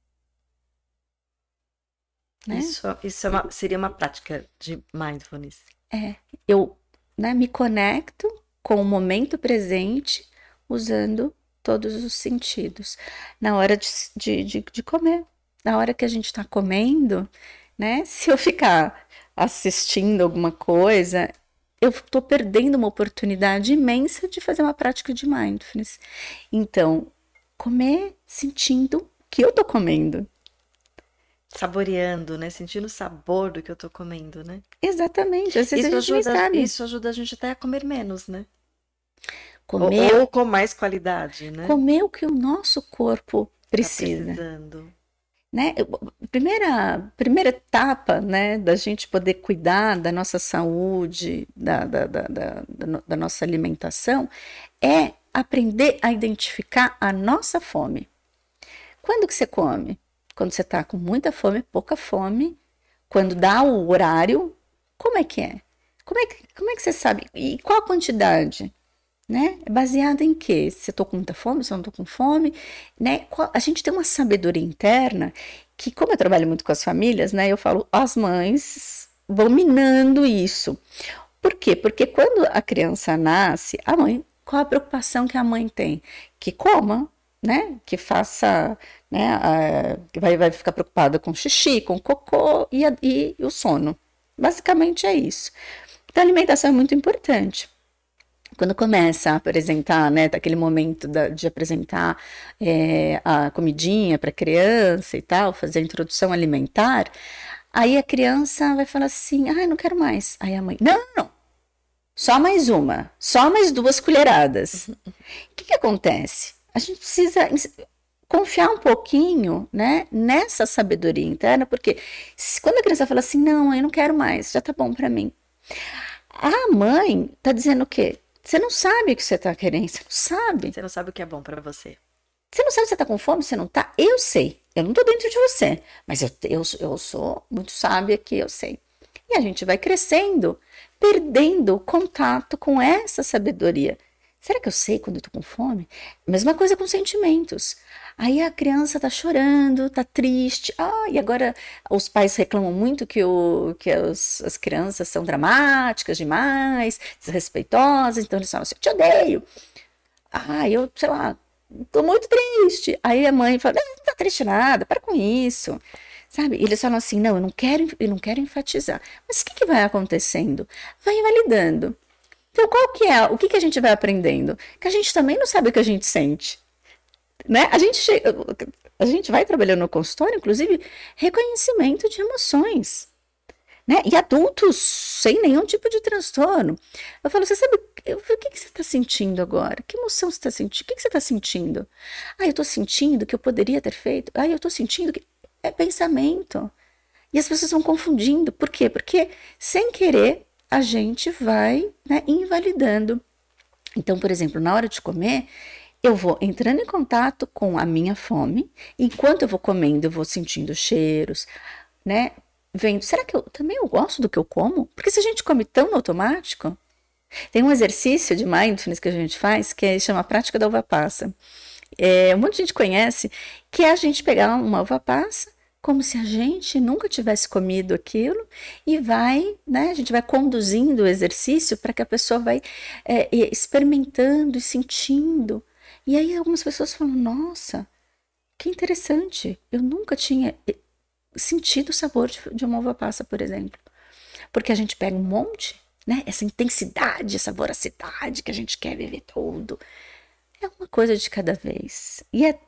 né? Isso seria uma prática de mindfulness. Eu, né, me conecto com o momento presente, usando todos os sentidos. Na hora de comer, na hora que a gente está comendo, né? Se eu ficar assistindo alguma coisa, eu estou perdendo uma oportunidade imensa de fazer uma prática de mindfulness. Então, comer sentindo que eu estou comendo. Saboreando, né? Sentindo o sabor do que eu tô comendo, né? Exatamente. Às vezes a gente nem sabe. Isso ajuda a gente até a comer menos, né? Comer, ou com mais qualidade, né? comer o que o nosso corpo Tá precisa. precisando. Né? Primeira etapa, né, da gente poder cuidar da nossa saúde, da nossa alimentação, é aprender a identificar a nossa fome. Quando que você come? Quando você está com muita fome, pouca fome, quando dá o horário, como é que é? Como é que você sabe? E qual a quantidade? Né? É baseado em quê? Se eu tô com muita fome, se eu não tô com fome, né? A gente tem uma sabedoria interna que, como eu trabalho muito com as famílias, né? Eu falo, as mães vão minando isso. Por quê? Porque quando a criança nasce, a mãe, qual a preocupação que a mãe tem? Que coma, né? Que faça, né? Que vai ficar preocupada com xixi, com cocô e o sono. Basicamente é isso. Então, a alimentação é muito importante. Quando começa a apresentar, né, daquele momento de apresentar a comidinha para a criança e tal, fazer a introdução alimentar, aí a criança vai falar assim, não quero mais. Aí a mãe, não, só mais uma, só mais 2 colheradas. O que acontece? A gente precisa confiar um pouquinho, né, nessa sabedoria interna, porque quando a criança fala assim, não, eu não quero mais, já tá bom para mim. A mãe tá dizendo o quê? Você não sabe o que você tá querendo, você não sabe. Você não sabe o que é bom pra você. Você não sabe se você tá com fome, você não tá? Eu sei, eu não tô dentro de você, mas eu sou muito sábia que eu sei. E a gente vai crescendo, perdendo o contato com essa sabedoria. Será que eu sei quando eu tô com fome? Mesma coisa com sentimentos. Aí a criança tá chorando, tá triste. E agora os pais reclamam muito que as crianças são dramáticas demais, desrespeitosas. Então eles falam assim, eu te odeio. eu, sei lá, tô muito triste. Aí a mãe fala, não tá triste nada, para com isso. Sabe? E eles falam assim, não, eu não quero enfatizar. Mas o que vai acontecendo? Vai invalidando. Então, o que a gente vai aprendendo? Que a gente também não sabe o que a gente sente. Né? A gente vai trabalhando no consultório, inclusive, reconhecimento de emoções. Né? E adultos sem nenhum tipo de transtorno. Eu falo, você sabe, o que você está sentindo agora? Que emoção você está sentindo? O que você está sentindo? Eu estou sentindo que eu poderia ter feito. Eu estou sentindo que é pensamento. E as pessoas vão confundindo. Por quê? Porque, sem querer, a gente vai, né, invalidando. Então, por exemplo, na hora de comer, eu vou entrando em contato com a minha fome. Enquanto eu vou comendo, eu vou sentindo cheiros, né? Vendo, será que eu também gosto do que eu como? Porque se a gente come tão no automático, tem um exercício de mindfulness que a gente faz, que chama a prática da uva passa. Um monte de gente conhece, que é a gente pegar uma uva passa, como se a gente nunca tivesse comido aquilo, e vai, né, a gente vai conduzindo o exercício para que a pessoa vai experimentando e sentindo. E aí algumas pessoas falam, nossa, que interessante, eu nunca tinha sentido o sabor de uma uva passa, por exemplo. Porque a gente pega um monte, né, essa intensidade, essa voracidade que a gente quer viver tudo. É uma coisa de cada vez. E é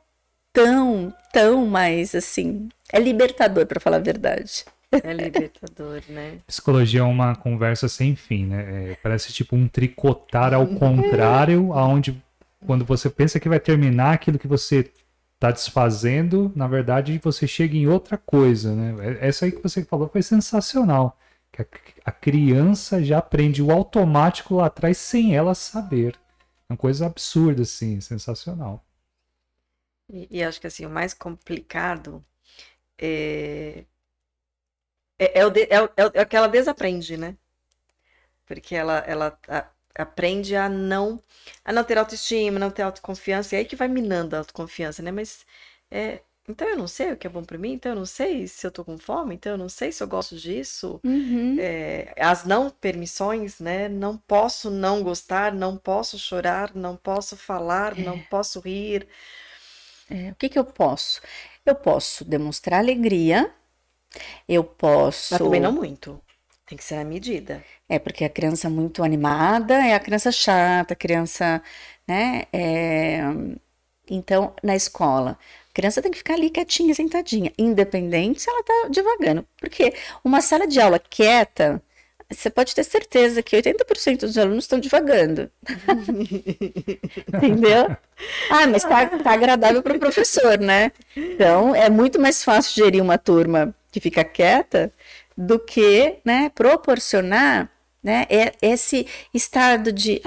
tão mais, assim, é libertador, para falar a verdade. É libertador, né? Psicologia é uma conversa sem fim, né? Parece tipo um tricotar ao contrário, aonde quando você pensa que vai terminar aquilo que você está desfazendo, na verdade você chega em outra coisa, né? Essa aí que você falou foi sensacional. Que a criança já aprende o automático lá atrás sem ela saber. É uma coisa absurda, assim, sensacional. E acho que assim, o mais complicado é o que ela desaprende, né? Porque ela aprende a não ter autoestima, não ter autoconfiança, e aí que vai minando a autoconfiança, né? Mas então eu não sei o que é bom pra mim, então eu não sei se eu tô com fome, então eu não sei se eu gosto disso. Uhum. As não permissões, né? Não posso não gostar, não posso chorar, não posso falar, não posso rir. O que eu posso? Eu posso demonstrar alegria, eu posso... Mas também não muito. Tem que ser na medida. Porque a criança muito animada é a criança chata, a criança, né? Então, na escola, a criança tem que ficar ali quietinha, sentadinha, independente se ela tá divagando. Porque uma sala de aula quieta, você pode ter certeza que 80% dos alunos estão divagando. Entendeu? Mas tá agradável para o professor, né? Então, é muito mais fácil gerir uma turma que fica quieta do que, né, proporcionar, né, esse estado de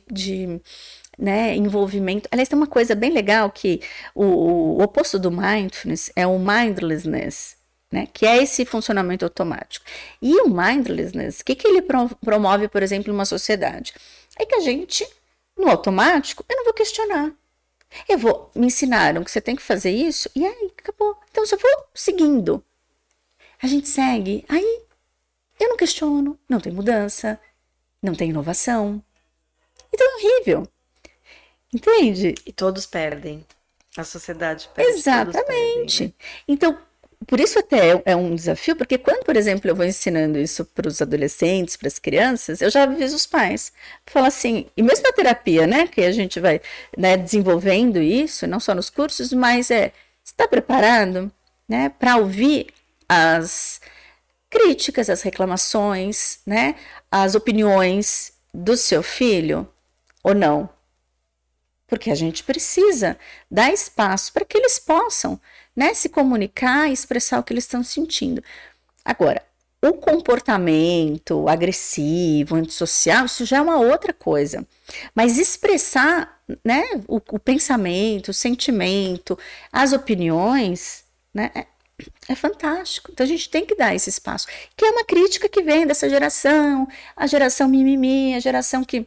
né, envolvimento. Aliás, tem uma coisa bem legal que o oposto do mindfulness é o mindlessness, né, que é esse funcionamento automático. E o mindlessness, o que ele promove, por exemplo, numa sociedade? É que a gente, no automático, eu não vou questionar. Me ensinaram que você tem que fazer isso, e aí, acabou. Então, se eu vou seguindo, a gente segue, aí eu não questiono, não tem mudança, não tem inovação. Então é horrível. Entende? E todos perdem. A sociedade perde. Exatamente. Todos perdem, né? Então, por isso até é um desafio, porque quando, por exemplo, eu vou ensinando isso para os adolescentes, para as crianças, eu já aviso os pais. Falo assim, e mesmo na terapia, né, que a gente vai, né, desenvolvendo isso, não só nos cursos, mas você está preparado, né, para ouvir as críticas, as reclamações, né, as opiniões do seu filho ou não? Porque a gente precisa dar espaço para que eles possam, né, se comunicar e expressar o que eles estão sentindo. Agora, o comportamento agressivo, antissocial, isso já é uma outra coisa. Mas expressar, né, o pensamento, o sentimento, as opiniões, né, é fantástico. Então a gente tem que dar esse espaço, que é uma crítica que vem dessa geração, a geração mimimi, a geração que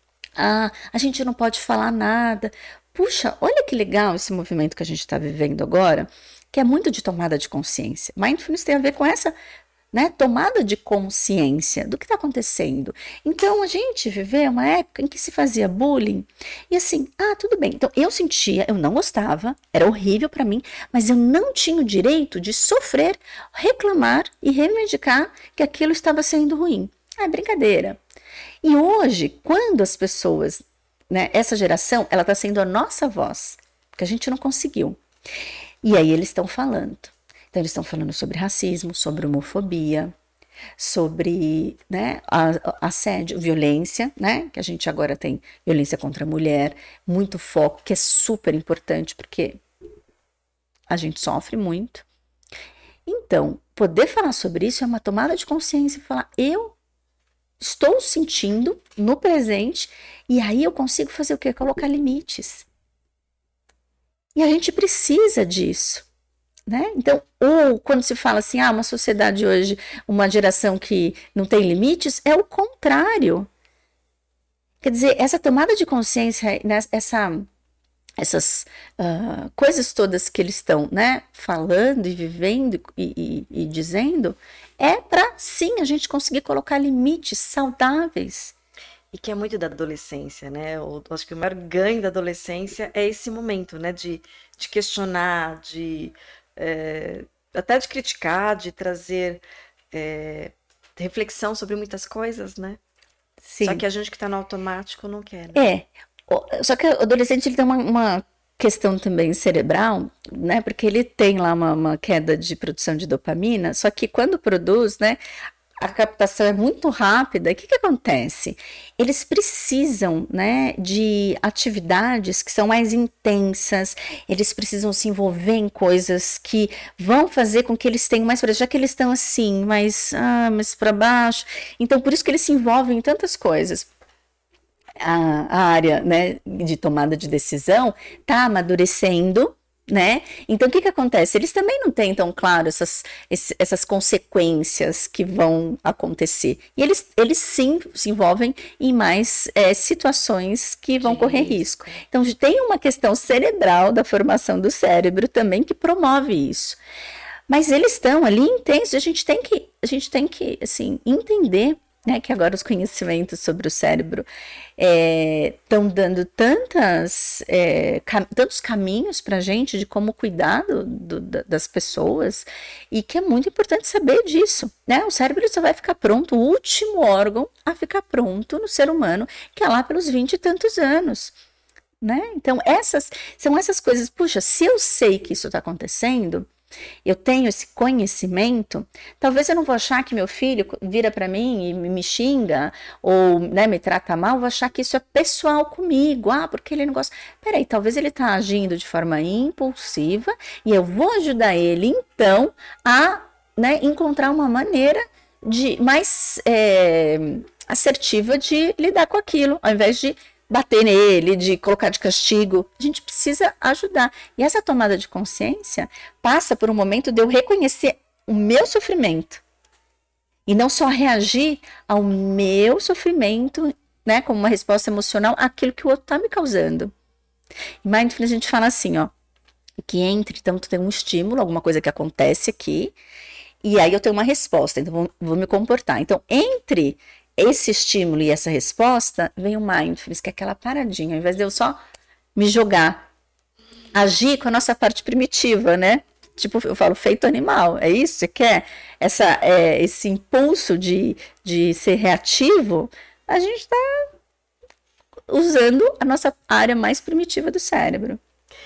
a gente não pode falar nada. Puxa, olha que legal esse movimento que a gente está vivendo agora, que é muito de tomada de consciência. Mindfulness tem a ver com essa, né, tomada de consciência do que está acontecendo. Então, a gente viveu uma época em que se fazia bullying e assim, tudo bem. Então, eu sentia, eu não gostava, era horrível para mim, mas eu não tinha o direito de sofrer, reclamar e reivindicar que aquilo estava sendo ruim. É brincadeira. E hoje, quando as pessoas, né, essa geração, ela está sendo a nossa voz, porque a gente não conseguiu. E aí eles estão falando. Então, eles estão falando sobre racismo, sobre homofobia, sobre, né, assédio, violência, né, que a gente agora tem violência contra a mulher, muito foco, que é super importante, porque a gente sofre muito. Então, poder falar sobre isso é uma tomada de consciência e falar, eu estou sentindo no presente, e aí eu consigo fazer o quê? Colocar limites. E a gente precisa disso. Né? Então, ou quando se fala assim, uma sociedade hoje, uma geração que não tem limites, é o contrário. Quer dizer, essa tomada de consciência, né, essas coisas todas que eles estão, né, falando e vivendo e dizendo, é para sim a gente conseguir colocar limites saudáveis. E que é muito da adolescência, né? Eu acho que o maior ganho da adolescência é esse momento, né? De questionar, até de criticar, de trazer reflexão sobre muitas coisas, né? Sim. Só que a gente que está no automático não quer. Né? Só que o adolescente ele tem uma questão também cerebral, né? Porque ele tem lá uma queda de produção de dopamina, só que quando produz, né? A captação é muito rápida. O que acontece? Eles precisam, né, de atividades que são mais intensas, eles precisam se envolver em coisas que vão fazer com que eles tenham mais, já que eles estão assim, mais para baixo. Então, por isso que eles se envolvem em tantas coisas. A área, né, de tomada de decisão está amadurecendo, né? Então, o que acontece? Eles também não têm tão claro essas consequências que vão acontecer. E eles sim se envolvem em mais situações que vão correr risco. Então, tem uma questão cerebral da formação do cérebro também que promove isso. Mas eles estão ali intensos, a gente tem que assim, entender, né, que agora os conhecimentos sobre o cérebro estão dando tantos caminhos para a gente de como cuidar das pessoas, e que é muito importante saber disso, né? O cérebro só vai ficar pronto, o último órgão a ficar pronto no ser humano, que é lá pelos 20 e tantos anos. Né? Então, são essas coisas. Puxa, se eu sei que isso está acontecendo, eu tenho esse conhecimento, talvez eu não vou achar que meu filho vira para mim e me xinga ou, né, me trata mal, eu vou achar que isso é pessoal comigo, porque ele não gosta. Peraí, talvez ele está agindo de forma impulsiva e eu vou ajudar ele, então, a, né, encontrar uma maneira mais assertiva de lidar com aquilo, ao invés de bater nele, de colocar de castigo. A gente precisa ajudar. E essa tomada de consciência passa por um momento de eu reconhecer o meu sofrimento e não só reagir ao meu sofrimento, né, como uma resposta emocional àquilo que o outro está me causando. Em Mindfulness a gente fala assim, que então tem um estímulo, alguma coisa que acontece aqui, e aí eu tenho uma resposta, então vou me comportar. Então, entre esse estímulo e essa resposta, vem o mindfulness, que é aquela paradinha, ao invés de eu só me jogar, agir com a nossa parte primitiva, né? Tipo, eu falo, feito animal, é isso? Você quer esse impulso de ser reativo? A gente está usando a nossa área mais primitiva do cérebro.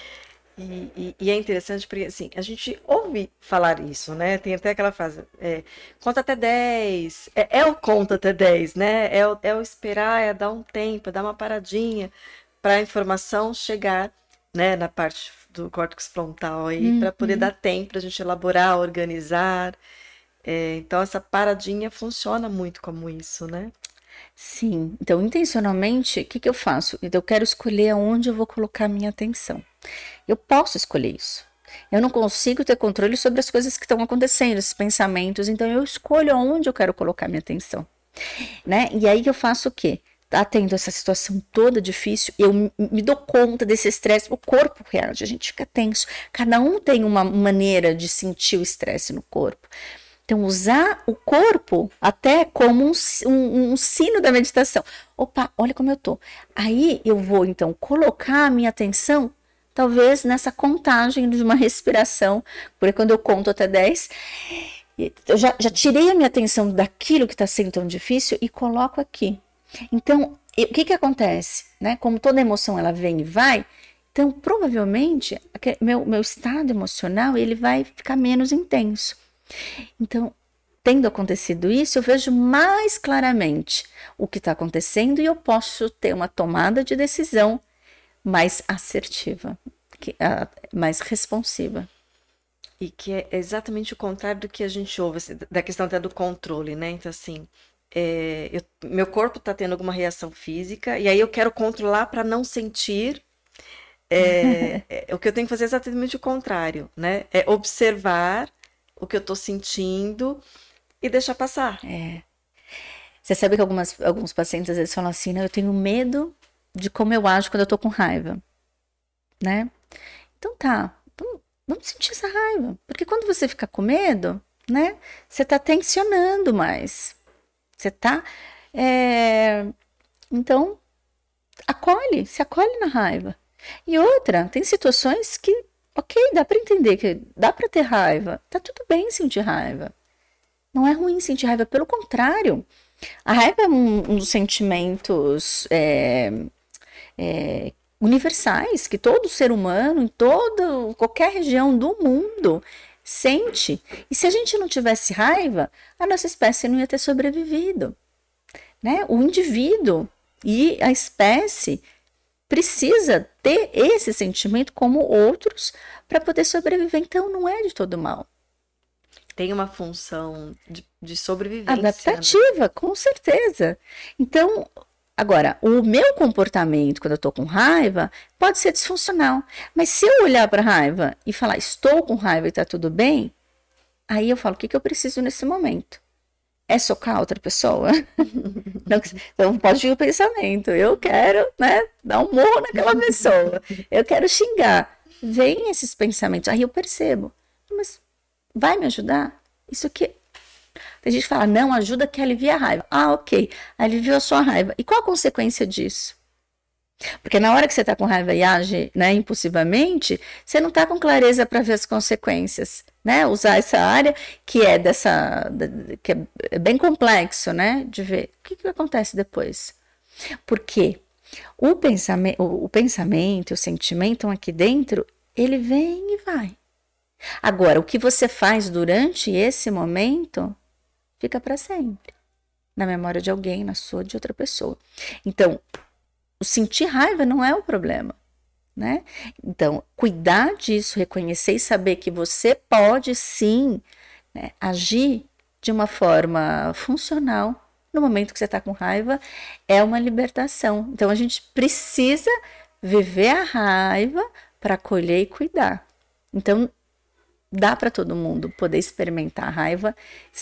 E é interessante porque, assim, a gente ouve falar isso, né? Tem até aquela frase, conta até 10, o conta até 10, né? É o esperar, é dar um tempo, é dar uma paradinha para a informação chegar, né, na parte do córtex frontal aí, para poder dar tempo para a gente elaborar, organizar. Então, essa paradinha funciona muito como isso, né? Sim, então intencionalmente, o que eu faço? Então, eu quero escolher aonde eu vou colocar a minha atenção. Eu posso escolher isso. Eu não consigo ter controle sobre as coisas que estão acontecendo, esses pensamentos, então eu escolho aonde eu quero colocar minha atenção. Né? E aí eu faço o quê? Tá tendo essa situação toda difícil, eu me dou conta desse estresse, o corpo reage, a gente fica tenso. Cada um tem uma maneira de sentir o estresse no corpo. Então, usar o corpo até como um sino da meditação. Opa, olha como eu tô. Aí eu vou, então, colocar a minha atenção, talvez nessa contagem de uma respiração, porque quando eu conto até 10, eu já tirei a minha atenção daquilo que está sendo tão difícil e coloco aqui. Então, o que acontece? Né? Como toda emoção ela vem e vai, então provavelmente meu estado emocional ele vai ficar menos intenso. Então, tendo acontecido isso, eu vejo mais claramente o que está acontecendo e eu posso ter uma tomada de decisão mais assertiva, mais responsiva. E que é exatamente o contrário do que a gente ouve, assim, da questão até do controle, né? Então, assim, meu corpo está tendo alguma reação física, e aí eu quero controlar para não sentir. O que eu tenho que fazer é exatamente o contrário, né? É observar o que eu estou sentindo e deixar passar. Você sabe que alguns pacientes às vezes falam assim, eu tenho medo de como eu ajo quando eu estou com raiva, né? Então tá, vamos sentir essa raiva. Porque quando você fica com medo, né? Você está tensionando mais. Você está... Então, se acolhe na raiva. E outra, tem situações que, ok, dá para entender que dá para ter raiva. Tá tudo bem sentir raiva. Não é ruim sentir raiva, pelo contrário. A raiva é um dos sentimentos universais que todo ser humano, em qualquer região do mundo, sente. E se a gente não tivesse raiva, a nossa espécie não ia ter sobrevivido. Né? O indivíduo e a espécie precisa ter esse sentimento como outros para poder sobreviver. Então, não é de todo mal. Tem uma função de sobrevivência. Adaptativa, né? Com certeza. Então, agora, o meu comportamento quando eu estou com raiva pode ser disfuncional. Mas se eu olhar para a raiva e falar, estou com raiva e está tudo bem, aí eu falo, o que eu preciso nesse momento? É socar outra pessoa? Então pode vir o pensamento, eu quero, né, dar um murro naquela pessoa, eu quero xingar. Vem esses pensamentos, aí eu percebo, mas vai me ajudar? Isso aqui, tem gente que fala, não, ajuda que alivia a raiva. Ah, ok, aliviou a sua raiva. E qual a consequência disso? Porque na hora que você está com raiva e age, né, impulsivamente, você não está com clareza para ver as consequências, né? Usar essa área que que é bem complexo, né? De ver o que acontece depois. Porque o pensamento, o sentimento estão aqui dentro, ele vem e vai. Agora, o que você faz durante esse momento fica para sempre. Na memória de alguém, na sua, de outra pessoa. Então, o sentir raiva não é o problema, né? Então, cuidar disso, reconhecer e saber que você pode sim, né, agir de uma forma funcional no momento que você está com raiva é uma libertação. Então, a gente precisa viver a raiva para acolher e cuidar. Então, dá para todo mundo poder experimentar a raiva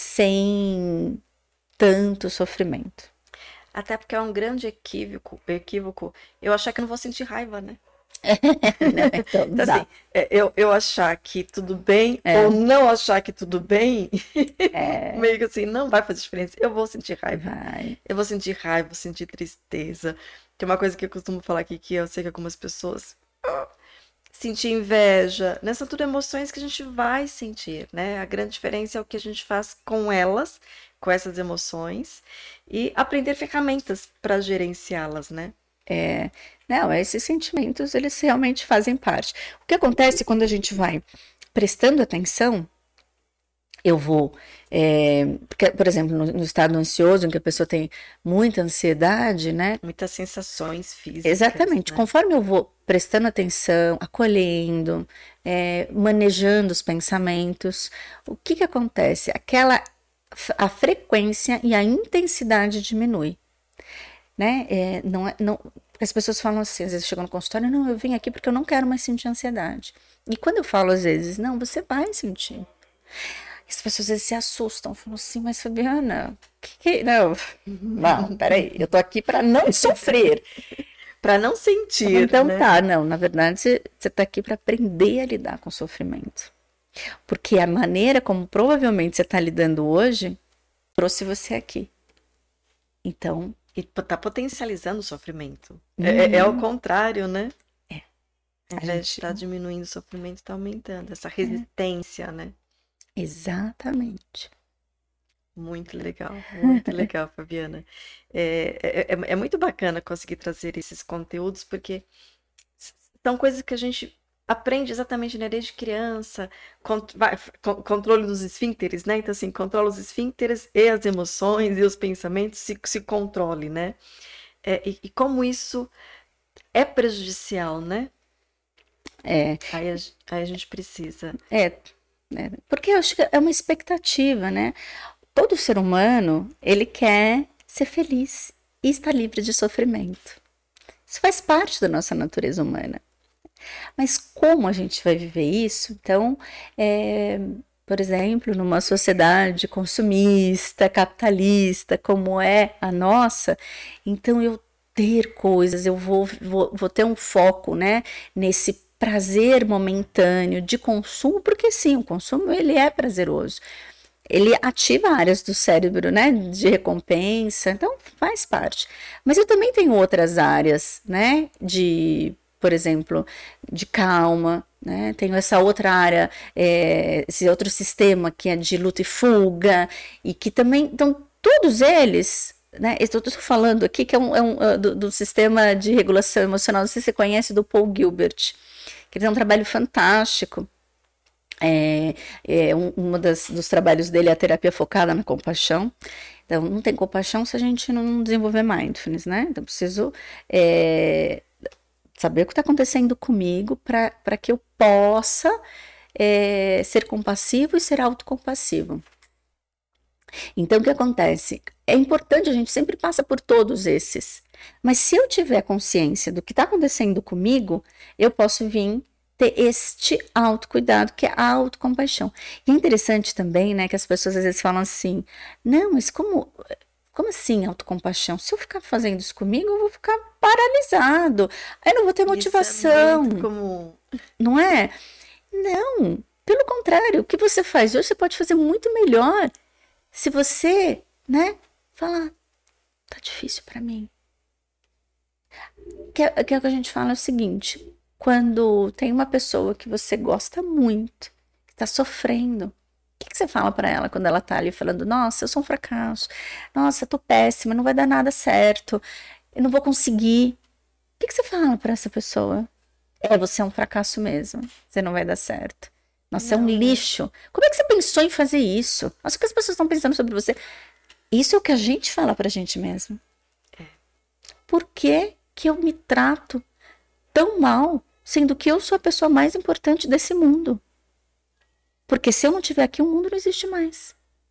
sem tanto sofrimento. Até porque é um grande equívoco eu achar que eu não vou sentir raiva, né? Então assim, eu achar que tudo bem ou não achar que tudo bem, meio que assim, não vai fazer diferença. Eu vou sentir raiva. Eu vou sentir raiva, vou sentir tristeza. Tem uma coisa que eu costumo falar aqui, que eu sei que algumas pessoas... sentir inveja, né? São tudo emoções que a gente vai sentir, né? A grande diferença é o que a gente faz com elas, com essas emoções, e aprender ferramentas para gerenciá-las, né? Não, esses sentimentos, eles realmente fazem parte. O que acontece quando a gente vai prestando atenção, eu vou, porque, por exemplo, no estado ansioso, em que a pessoa tem muita ansiedade, né? Muitas sensações físicas. Exatamente. Né? Conforme eu vou prestando atenção, acolhendo, manejando os pensamentos, o que acontece? A frequência e a intensidade diminui. Né? Porque as pessoas falam assim, às vezes chegam no consultório, não, eu vim aqui porque eu não quero mais sentir ansiedade. E quando eu falo às vezes, não, você vai sentir. As pessoas às vezes se assustam, falam assim, mas Fabiana, não, peraí, eu tô aqui para não sofrer. Para não sentir. Então né? tá, não, na verdade você tá aqui para aprender a lidar com o sofrimento. Porque a maneira como provavelmente você está lidando hoje trouxe você aqui. Então. E tá potencializando o sofrimento. É o contrário, né? Ao invés de estar diminuindo o sofrimento, está aumentando. Essa resistência, né? Exatamente. Muito legal, Fabiana. É muito bacana conseguir trazer esses conteúdos, porque são coisas que a gente aprende exatamente, né, desde criança, controle dos esfíncteres, né? Então, assim, controla os esfíncteres e as emoções e os pensamentos, se controle, né? E como isso é prejudicial, né? Aí a gente precisa. Porque eu acho que é uma expectativa, né? Todo ser humano, ele quer ser feliz e estar livre de sofrimento. Isso faz parte da nossa natureza humana. Mas como a gente vai viver isso? Então, por exemplo, numa sociedade consumista, capitalista, como é a nossa, então eu ter coisas, eu vou ter um foco, né, nesse prazer momentâneo de consumo, porque sim, o consumo ele é prazeroso. Ele ativa áreas do cérebro, né, de recompensa, então faz parte. Mas eu também tenho outras áreas, né, por exemplo, de calma, né? Tenho essa outra área, esse outro sistema que é de luta e fuga, e que também, então, todos eles, né? Estou falando aqui que do sistema de regulação emocional, não sei se você conhece, do Paul Gilbert, que ele tem um trabalho fantástico. Dos trabalhos dele é a terapia focada na compaixão. Então, não tem compaixão se a gente não desenvolver mindfulness, né? Então, preciso saber o que está acontecendo comigo para que eu possa ser compassivo e ser autocompassivo. Então, o que acontece? É importante, a gente sempre passa por todos esses. Mas se eu tiver consciência do que está acontecendo comigo, eu posso vir ter este autocuidado, que é a autocompaixão. E é interessante também, né, que as pessoas às vezes falam assim, não, mas como assim autocompaixão? Se eu ficar fazendo isso comigo, eu vou ficar paralisado. Aí eu não vou ter motivação. Isso é muito comum. Não é? Não. Pelo contrário, o que você faz hoje, você pode fazer muito melhor. Se você, né, falar, tá difícil para mim. Que é o que a gente fala é o seguinte, quando tem uma pessoa que você gosta muito, que tá sofrendo, o que você fala para ela quando ela tá ali falando, nossa, eu sou um fracasso, nossa, eu tô péssima, não vai dar nada certo, eu não vou conseguir. O que você fala para essa pessoa? Você é um fracasso mesmo, você não vai dar certo. Nossa, é um lixo. Como é que você pensou em fazer isso? Nossa, o que as pessoas estão pensando sobre você? Isso é o que a gente fala pra gente mesmo. Por que eu me trato tão mal, sendo que eu sou a pessoa mais importante desse mundo? Porque se eu não estiver aqui, o mundo não existe mais.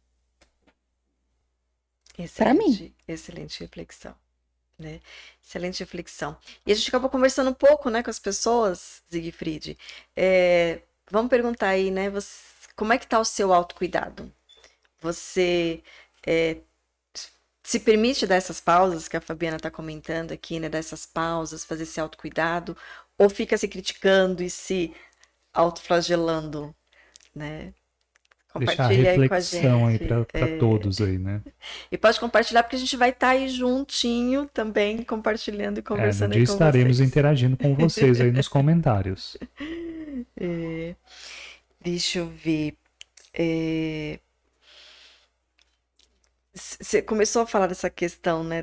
Para mim. Excelente reflexão. Né? Excelente reflexão. E a gente acabou conversando um pouco, né, com as pessoas, Siegfried. Vamos perguntar aí, né, como é que tá o seu autocuidado? Você se permite dar essas pausas que a Fabiana está comentando aqui, né, dessas pausas, fazer esse autocuidado, ou fica se criticando e se autoflagelando, né? Deixar a reflexão aí para todos aí, né? E pode compartilhar, porque a gente vai estar aí juntinho também, compartilhando e conversando aí com vocês. Estaremos interagindo com vocês aí nos comentários. Deixa eu ver. Você começou a falar dessa questão, né,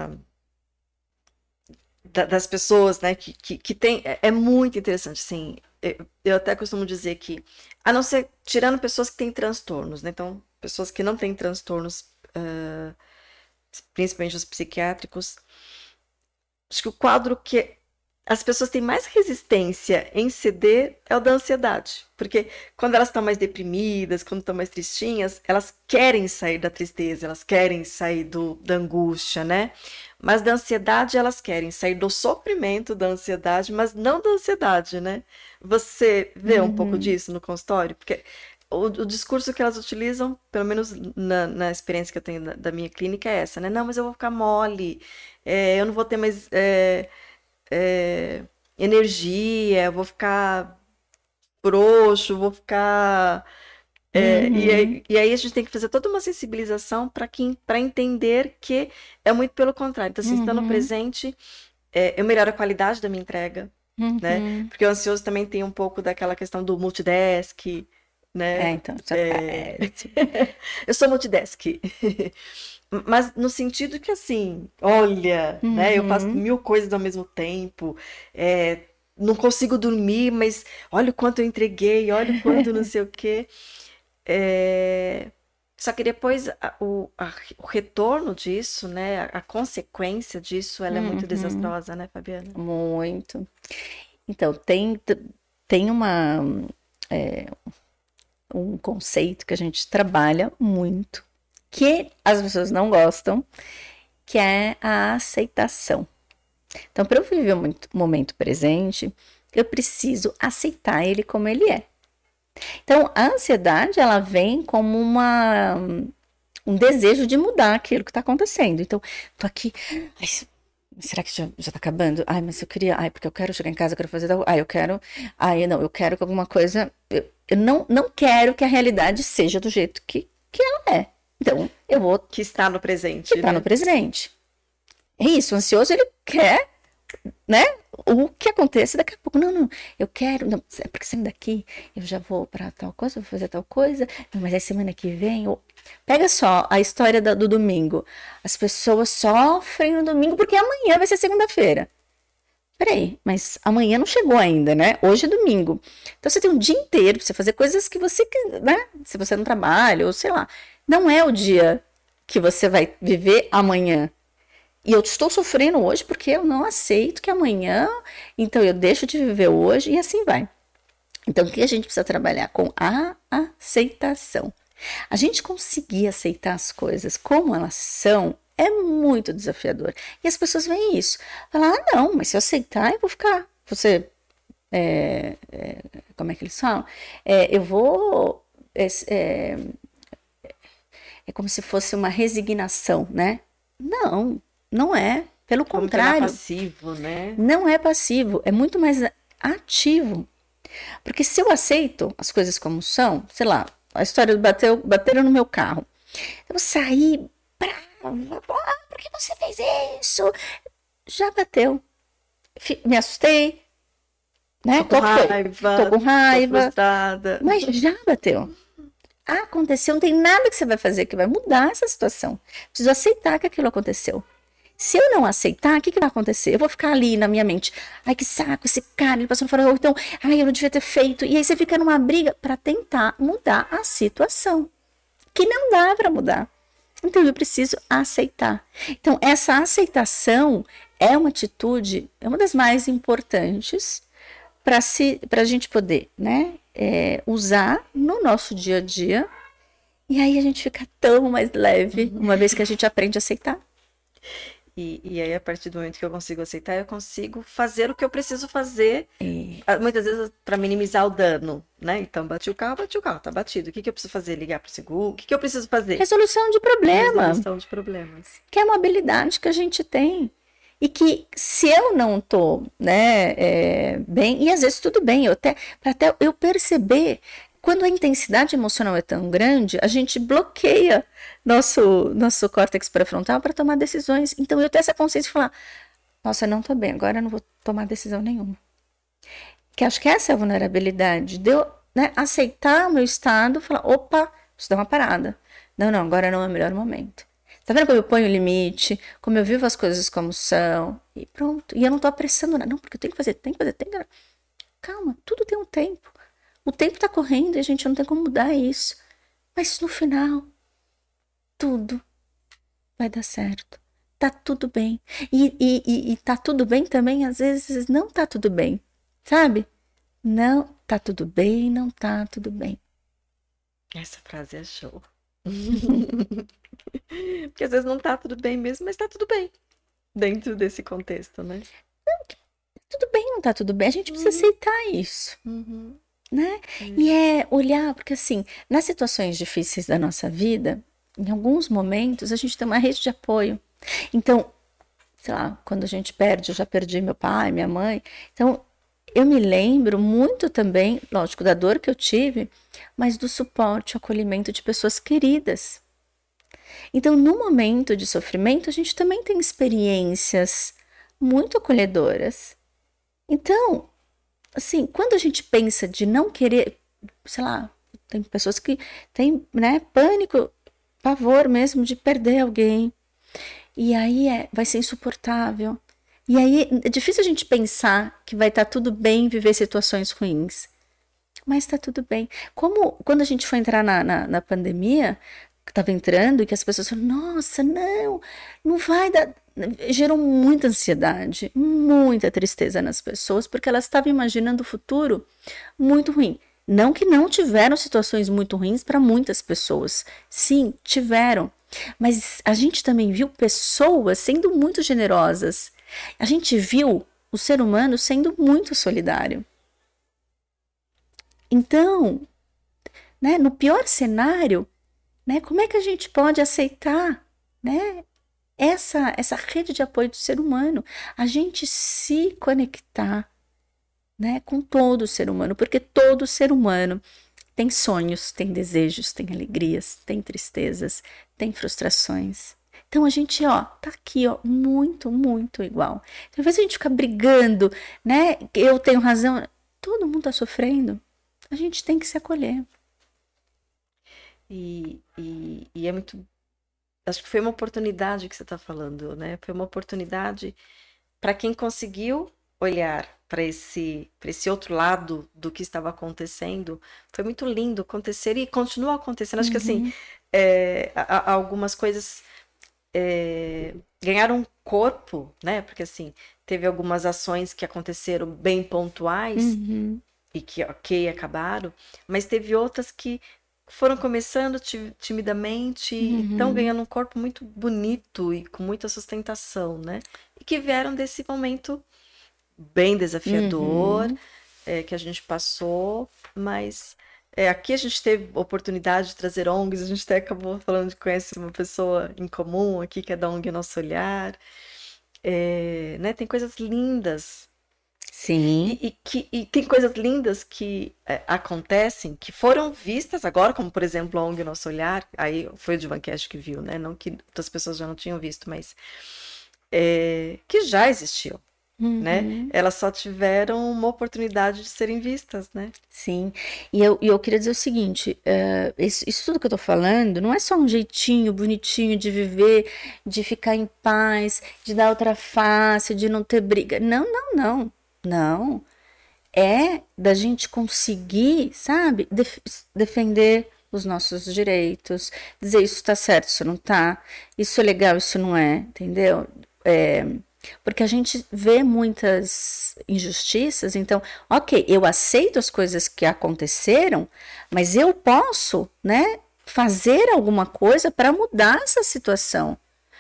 das pessoas, né, que tem... É muito interessante, assim. Eu até costumo dizer que, a não ser, tirando pessoas que têm transtornos, né? Então, pessoas que não têm transtornos, principalmente os psiquiátricos, acho que o quadro que as pessoas têm mais resistência em ceder é o da ansiedade. Porque quando elas estão mais deprimidas, quando estão mais tristinhas, elas querem sair da tristeza, elas querem sair da angústia, né? Mas da ansiedade elas querem sair do sofrimento da ansiedade, mas não da ansiedade, né? Você vê um pouco disso no consultório? Porque o discurso que elas utilizam, pelo menos na experiência que eu tenho da minha clínica, é essa, né? Não, mas eu vou ficar mole, eu não vou ter mais energia, eu vou ficar frouxo, vou ficar... e aí a gente tem que fazer toda uma sensibilização para entender que é muito pelo contrário. Então, assim, estando presente, eu melhoro a qualidade da minha entrega, né? Porque o ansioso também tem um pouco daquela questão do multitask, né? Então, eu sou multitask. Mas no sentido que, assim, olha, né? Eu faço 1000 coisas ao mesmo tempo, não consigo dormir, mas olha o quanto eu entreguei, olha o quanto não sei o quê. Só que depois o retorno disso, né? A consequência disso, ela é muito desastrosa, né, Fabiana? Muito. Então, tem um conceito que a gente trabalha muito, que as pessoas não gostam, que é a aceitação. Então, para eu viver o momento presente, eu preciso aceitar ele como ele é. Então, a ansiedade, ela vem como um desejo de mudar aquilo que está acontecendo. Então, tô aqui, ai, será que já tá acabando? Ai, mas eu queria, porque eu quero chegar em casa, eu quero fazer tal, eu quero que alguma coisa, eu não quero que a realidade seja do jeito que ela é. Então, eu vou... Que está no presente, Que está no presente. É isso, o ansioso, ele quer, né, o que aconteça daqui a pouco. Não, eu quero, não, porque saindo daqui, eu já vou para tal coisa, vou fazer tal coisa, não, mas aí semana que vem, pega só a história do domingo. As pessoas sofrem no domingo porque amanhã vai ser segunda-feira. Peraí, mas amanhã não chegou ainda, né? Hoje é domingo. Então você tem um dia inteiro para você fazer coisas que você, né? Se você não trabalha, ou sei lá. Não é o dia que você vai viver amanhã. E eu estou sofrendo hoje porque eu não aceito que amanhã, então eu deixo de viver hoje e assim vai. Então, o que a gente precisa trabalhar? Com a aceitação. A gente conseguir aceitar as coisas como elas são é muito desafiador. E as pessoas veem isso. Falam, não, mas se eu aceitar, eu vou ficar. Você, como é que eles falam? Eu vou... É como se fosse uma resignação, né? Não é. Pelo contrário. Não é passivo, né? Não é passivo, é muito mais ativo. Porque se eu aceito as coisas como são, sei lá, a história do bateram no meu carro. Eu vou sair brava. Por que você fez isso? Já bateu. Me assustei. Né? Tô com raiva. Tô com raiva. Tô frustrada. Mas já bateu. Aconteceu, não tem nada que você vai fazer que vai mudar essa situação. Preciso aceitar que aquilo aconteceu. Se eu não aceitar, o que vai acontecer? Eu vou ficar ali na minha mente. Ai, que saco, esse cara, ele passou fora. Ou então, eu não devia ter feito. E aí você fica numa briga para tentar mudar a situação. Que não dá para mudar. Então, eu preciso aceitar. Então, essa aceitação é uma atitude, é uma das mais importantes para a gente poder, né, usar no nosso dia a dia. E aí a gente fica tão mais leve, uma vez que a gente aprende a aceitar. E aí, a partir do momento que eu consigo aceitar, eu consigo fazer o que eu preciso fazer, muitas vezes para minimizar o dano, né? Então, bati o carro, tá batido. O que eu preciso fazer? Ligar para o seguro? O que eu preciso fazer? Resolução de problema. Resolução de problemas. Que é uma habilidade que a gente tem. E que se eu não tô, né, bem, e às vezes tudo bem, até eu perceber, quando a intensidade emocional é tão grande, a gente bloqueia nosso córtex pré-frontal para tomar decisões. Então eu tenho essa consciência de falar, nossa, eu não tô bem, agora eu não vou tomar decisão nenhuma. Que acho que essa é a vulnerabilidade, de eu, né, aceitar o meu estado, falar, opa, isso dá uma parada. Não, agora não é o melhor momento. Tá vendo como eu ponho o limite, como eu vivo as coisas como são, e pronto. E eu não tô apressando nada, não, porque eu tenho que fazer. Calma, tudo tem um tempo. O tempo tá correndo e a gente não tem como mudar isso. Mas no final, tudo vai dar certo. Tá tudo bem. E tá tudo bem também, às vezes não tá tudo bem, sabe? Não tá tudo bem, não tá tudo bem. Essa frase é show. Porque às vezes não tá tudo bem mesmo, mas tá tudo bem dentro desse contexto, né? Não, tudo bem, não tá tudo bem. A gente precisa aceitar isso, né? E é olhar, porque assim, nas situações difíceis da nossa vida, em alguns momentos a gente tem uma rede de apoio. Então, sei lá, quando a gente perde, eu já perdi meu pai, minha mãe. Então, eu me lembro muito também, lógico, da dor que eu tive, mas do suporte, acolhimento de pessoas queridas. Então, no momento de sofrimento, a gente também tem experiências muito acolhedoras. Então, assim, quando a gente pensa de não querer, sei lá, tem pessoas que têm, né, pânico, pavor mesmo de perder alguém. E aí vai ser insuportável. E aí é difícil a gente pensar que vai estar tudo bem viver situações ruins. Mas está tudo bem. Como quando a gente foi entrar na pandemia, que estava entrando, e que as pessoas falaram, nossa, não vai dar. Gerou muita ansiedade, muita tristeza nas pessoas, porque elas estavam imaginando o futuro muito ruim. Não que não tiveram situações muito ruins para muitas pessoas. Sim, tiveram. Mas a gente também viu pessoas sendo muito generosas. A gente viu o ser humano sendo muito solidário. Então, né, no pior cenário, né, como é que a gente pode aceitar, né, essa rede de apoio do ser humano? A gente se conectar, né, com todo o ser humano, porque todo ser humano tem sonhos, tem desejos, tem alegrias, tem tristezas, tem frustrações. Então a gente, tá aqui, muito, muito igual. Então, às vezes a gente fica brigando, né? Eu tenho razão. Todo mundo tá sofrendo. A gente tem que se acolher. E é muito... Acho que foi uma oportunidade que você está falando, né? Foi uma oportunidade para quem conseguiu olhar para esse outro lado do que estava acontecendo. Foi muito lindo acontecer e continua acontecendo. Acho que assim, algumas coisas ganharam um corpo, né? Porque assim, teve algumas ações que aconteceram bem pontuais e que, ok, acabaram, mas teve outras que foram começando timidamente e estão ganhando um corpo muito bonito e com muita sustentação, né? E que vieram desse momento bem desafiador que a gente passou, mas aqui a gente teve oportunidade de trazer ONGs, a gente até acabou falando de conhecer uma pessoa em comum aqui, que é da ONG Nosso Olhar, né? Tem coisas lindas. Sim. E tem coisas lindas que acontecem, que foram vistas agora, como por exemplo a ONG Nosso Olhar, aí foi o Divancast que viu, né? Não que outras pessoas já não tinham visto, mas que já existiam. Né? Elas só tiveram uma oportunidade de serem vistas, né? Sim, e eu queria dizer o seguinte, isso tudo que eu tô falando não é só um jeitinho bonitinho de viver, de ficar em paz, de dar outra face, de não ter briga. Não. É da gente conseguir, sabe, defender os nossos direitos, dizer isso tá certo, isso não tá, isso é legal, isso não é, entendeu? Porque a gente vê muitas injustiças, então, ok, eu aceito as coisas que aconteceram, mas eu posso, né, fazer alguma coisa para mudar essa situação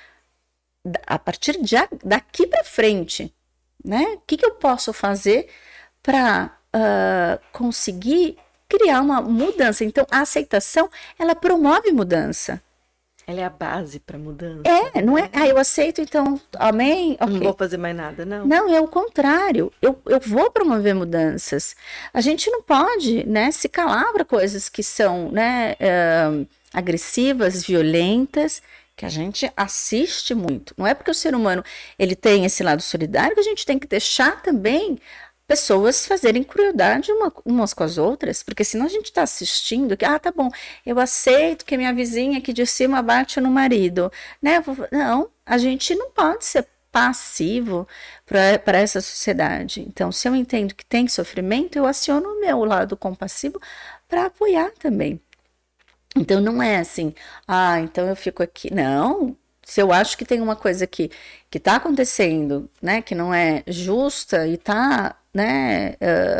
a partir daqui para frente, né? O que eu posso fazer para conseguir criar uma mudança? Então, a aceitação, ela promove mudança. Ela é a base para mudança. Não é? Eu aceito, então, amém? Okay. Não vou fazer mais nada, não. Não, é o contrário. Eu vou promover mudanças. A gente não pode, né, se calar para coisas que são, né, agressivas, violentas, que a gente assiste muito. Não é porque o ser humano ele tem esse lado solidário que a gente tem que deixar também pessoas fazerem crueldade umas com as outras, porque senão a gente está assistindo que, tá bom, eu aceito que minha vizinha aqui de cima bate no marido, né? Não, a gente não pode ser passivo para essa sociedade. Então, se eu entendo que tem sofrimento, eu aciono o meu lado compassivo para apoiar também. Então, não é assim, então eu fico aqui. Não, se eu acho que tem uma coisa que está acontecendo, né, que não é justa e está, né,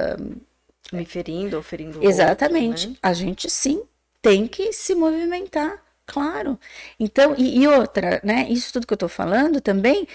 me ferindo ou ferindo o exatamente, outro, né? A gente sim tem que se movimentar, claro. Então, e outra, né, isso tudo que eu estou falando também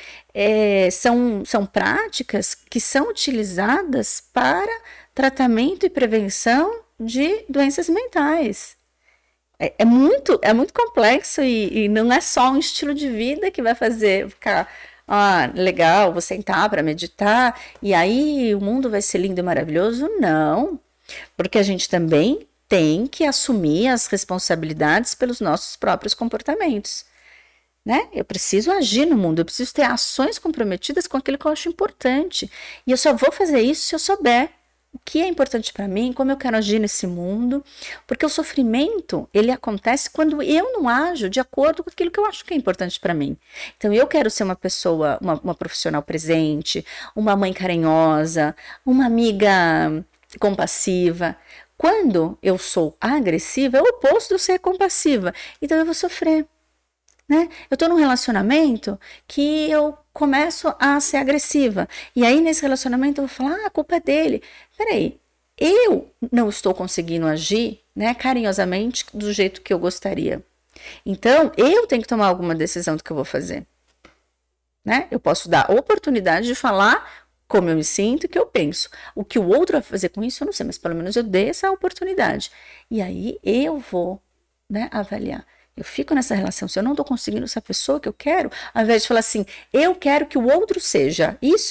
são práticas que são utilizadas para tratamento e prevenção de doenças mentais. É muito complexo e não é só um estilo de vida que vai fazer ficar ah, legal, vou sentar para meditar e aí o mundo vai ser lindo e maravilhoso. Não, porque a gente também tem que assumir as responsabilidades pelos nossos próprios comportamentos, né? Eu preciso agir no mundo, eu preciso ter ações comprometidas com aquilo que eu acho importante. E eu só vou fazer isso se eu souber o que é importante para mim, como eu quero agir nesse mundo, porque o sofrimento, ele acontece quando eu não ajo de acordo com aquilo que eu acho que é importante para mim. Então, eu quero ser uma pessoa, uma profissional presente, uma mãe carinhosa, uma amiga compassiva. Quando eu sou agressiva, é o oposto de eu ser compassiva. Então, eu vou sofrer. Né? Eu estou num relacionamento que eu começo a ser agressiva. E aí, nesse relacionamento, eu vou falar, a culpa é dele. Peraí, eu não estou conseguindo agir, né, carinhosamente do jeito que eu gostaria. Então, eu tenho que tomar alguma decisão do que eu vou fazer. Né? Eu posso dar oportunidade de falar como eu me sinto e o que eu penso. O que o outro vai fazer com isso, eu não sei, mas pelo menos eu dei essa oportunidade. E aí, eu vou, né, avaliar. Eu fico nessa relação, se eu não estou conseguindo ser a pessoa que eu quero, ao invés de falar assim, eu quero que o outro seja isso.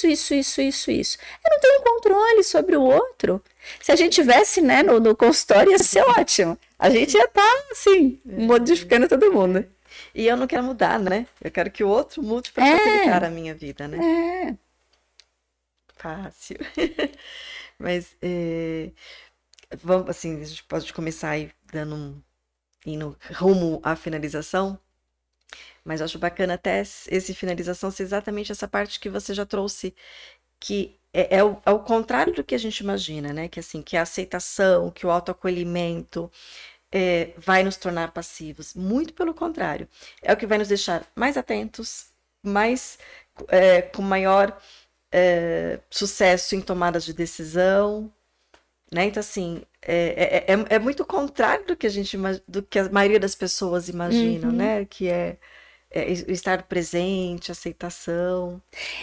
Eu não tenho controle sobre o outro. Se a gente tivesse, né, no consultório, ia ser ótimo. A gente ia estar, assim, modificando todo mundo. E eu não quero mudar, né? Eu quero que o outro mude para facilitar a minha vida, né? É. Fácil. Mas, vamos, assim, a gente pode começar aí dando indo rumo à finalização, mas eu acho bacana até esse finalização ser exatamente essa parte que você já trouxe, que é o contrário do que a gente imagina, né? Que assim, que a aceitação, que o autoacolhimento vai nos tornar passivos. Muito pelo contrário. É o que vai nos deixar mais atentos, com maior sucesso em tomadas de decisão, né? Então, assim, é muito contrário do que a maioria das pessoas imaginam, né? Que é estar presente, aceitação.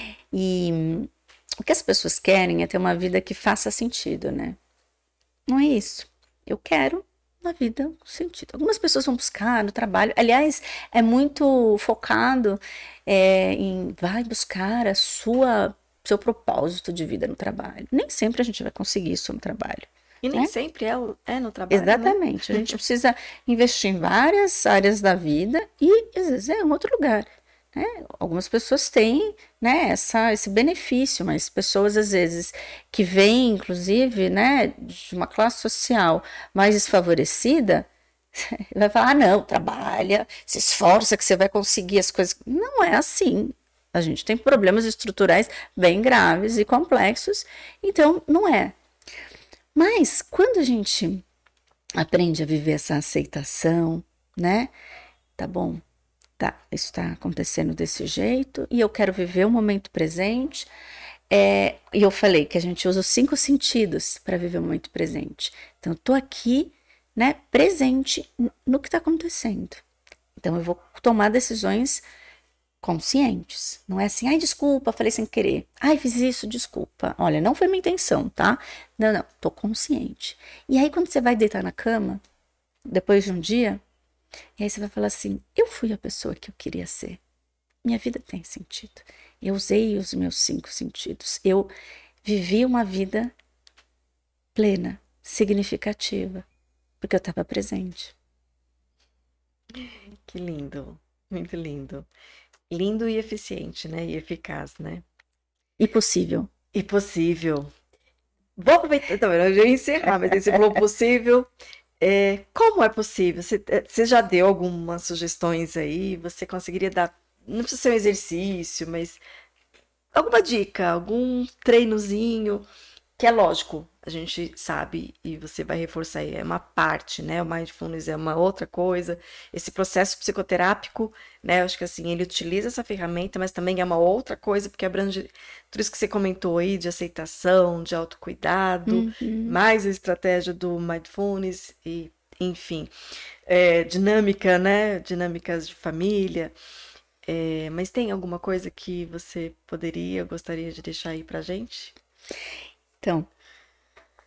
E o que as pessoas querem é ter uma vida que faça sentido, né? Não é isso. Eu quero uma vida com sentido. Algumas pessoas vão buscar no trabalho. Aliás, é muito focado em vai buscar seu propósito de vida no trabalho. Nem sempre a gente vai conseguir isso no trabalho. E nem sempre é no trabalho. Exatamente. Né? A gente precisa investir em várias áreas da vida e, às vezes, é em outro lugar. Né? Algumas pessoas têm, né, esse benefício, mas pessoas, às vezes, que vêm, inclusive, né, de uma classe social mais desfavorecida, vai falar, não, trabalha, se esforça que você vai conseguir as coisas. Não é assim. A gente tem problemas estruturais bem graves e complexos, então não é. Mas quando a gente aprende a viver essa aceitação, né? Tá bom, tá, isso está acontecendo desse jeito e eu quero viver o momento presente. E eu falei que a gente usa os 5 sentidos para viver o momento presente. Então, eu tô aqui, né, presente no que está acontecendo. Então, eu vou tomar decisões conscientes. Não é assim, ai, desculpa, falei sem querer. Ai, fiz isso, desculpa. Olha, não foi minha intenção, tá? Não, tô consciente. E aí, quando você vai deitar na cama, depois de um dia, e aí você vai falar assim, eu fui a pessoa que eu queria ser. Minha vida tem sentido. Eu usei os meus 5 sentidos. Eu vivi uma vida plena, significativa, porque eu estava presente. Que lindo, muito lindo. Lindo e eficiente, né? E eficaz, né? E possível. E possível. Vou aproveitar, então, eu já ia encerrar, mas você falou possível. Como é possível? Você já deu algumas sugestões aí? Você conseguiria dar, não precisa ser um exercício, mas alguma dica, algum treinozinho, que é lógico, a gente sabe, e você vai reforçar aí, é uma parte, né? O Mindfulness é uma outra coisa. Esse processo psicoterápico, né? Eu acho que assim, ele utiliza essa ferramenta, mas também é uma outra coisa, porque abrange tudo isso que você comentou aí, de aceitação, de autocuidado, mais a estratégia do Mindfulness, e, enfim, dinâmica, né? Dinâmicas de família. Mas tem alguma coisa que você gostaria de deixar aí pra gente? Então,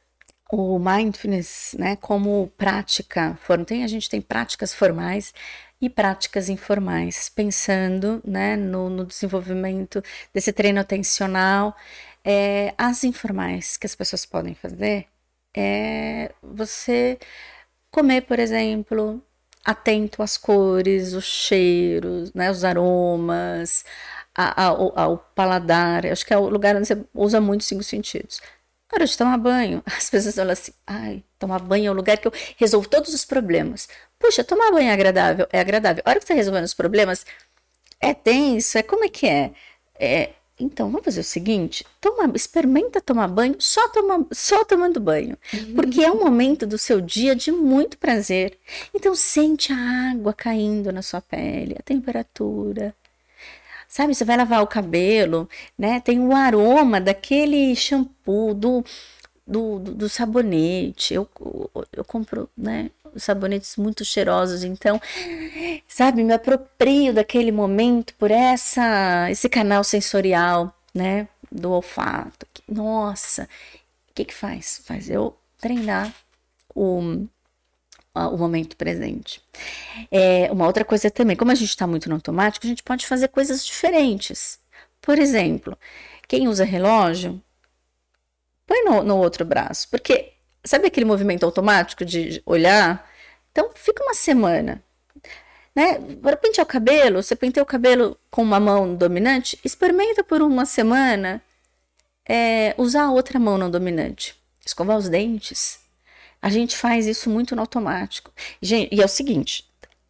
o mindfulness, né, como prática, a gente tem práticas formais e práticas informais, pensando, né, no desenvolvimento desse treino atencional. As informais que as pessoas podem fazer é você comer, por exemplo, atento às cores, os cheiros, né, os aromas, ao paladar. Acho que é o lugar onde você usa muito os 5 sentidos. Na hora de tomar banho, as pessoas falam assim, ai, tomar banho é o lugar que eu resolvo todos os problemas. Puxa, tomar banho é agradável? É agradável. A hora que você está resolvendo os problemas, é tenso, como é que é? Então, vamos fazer o seguinte, experimenta tomar banho só tomando banho, porque é um momento do seu dia de muito prazer. Então, sente a água caindo na sua pele, a temperatura. Sabe, você vai lavar o cabelo, né? Tem o aroma daquele shampoo, do sabonete. Eu compro, né, sabonetes muito cheirosos, então, sabe, me aproprio daquele momento por esse canal sensorial, né, do olfato. Nossa, o que faz? Faz eu treinar o momento presente. Uma outra coisa também, como a gente está muito no automático, a gente pode fazer coisas diferentes. Por exemplo, quem usa relógio, põe no outro braço, porque sabe aquele movimento automático de olhar? Então, fica uma semana, né? Para pentear o cabelo, você penteia o cabelo com uma mão dominante, experimenta por uma semana usar a outra mão não dominante. Escovar os dentes. A gente faz isso muito no automático. Gente, e é o seguinte,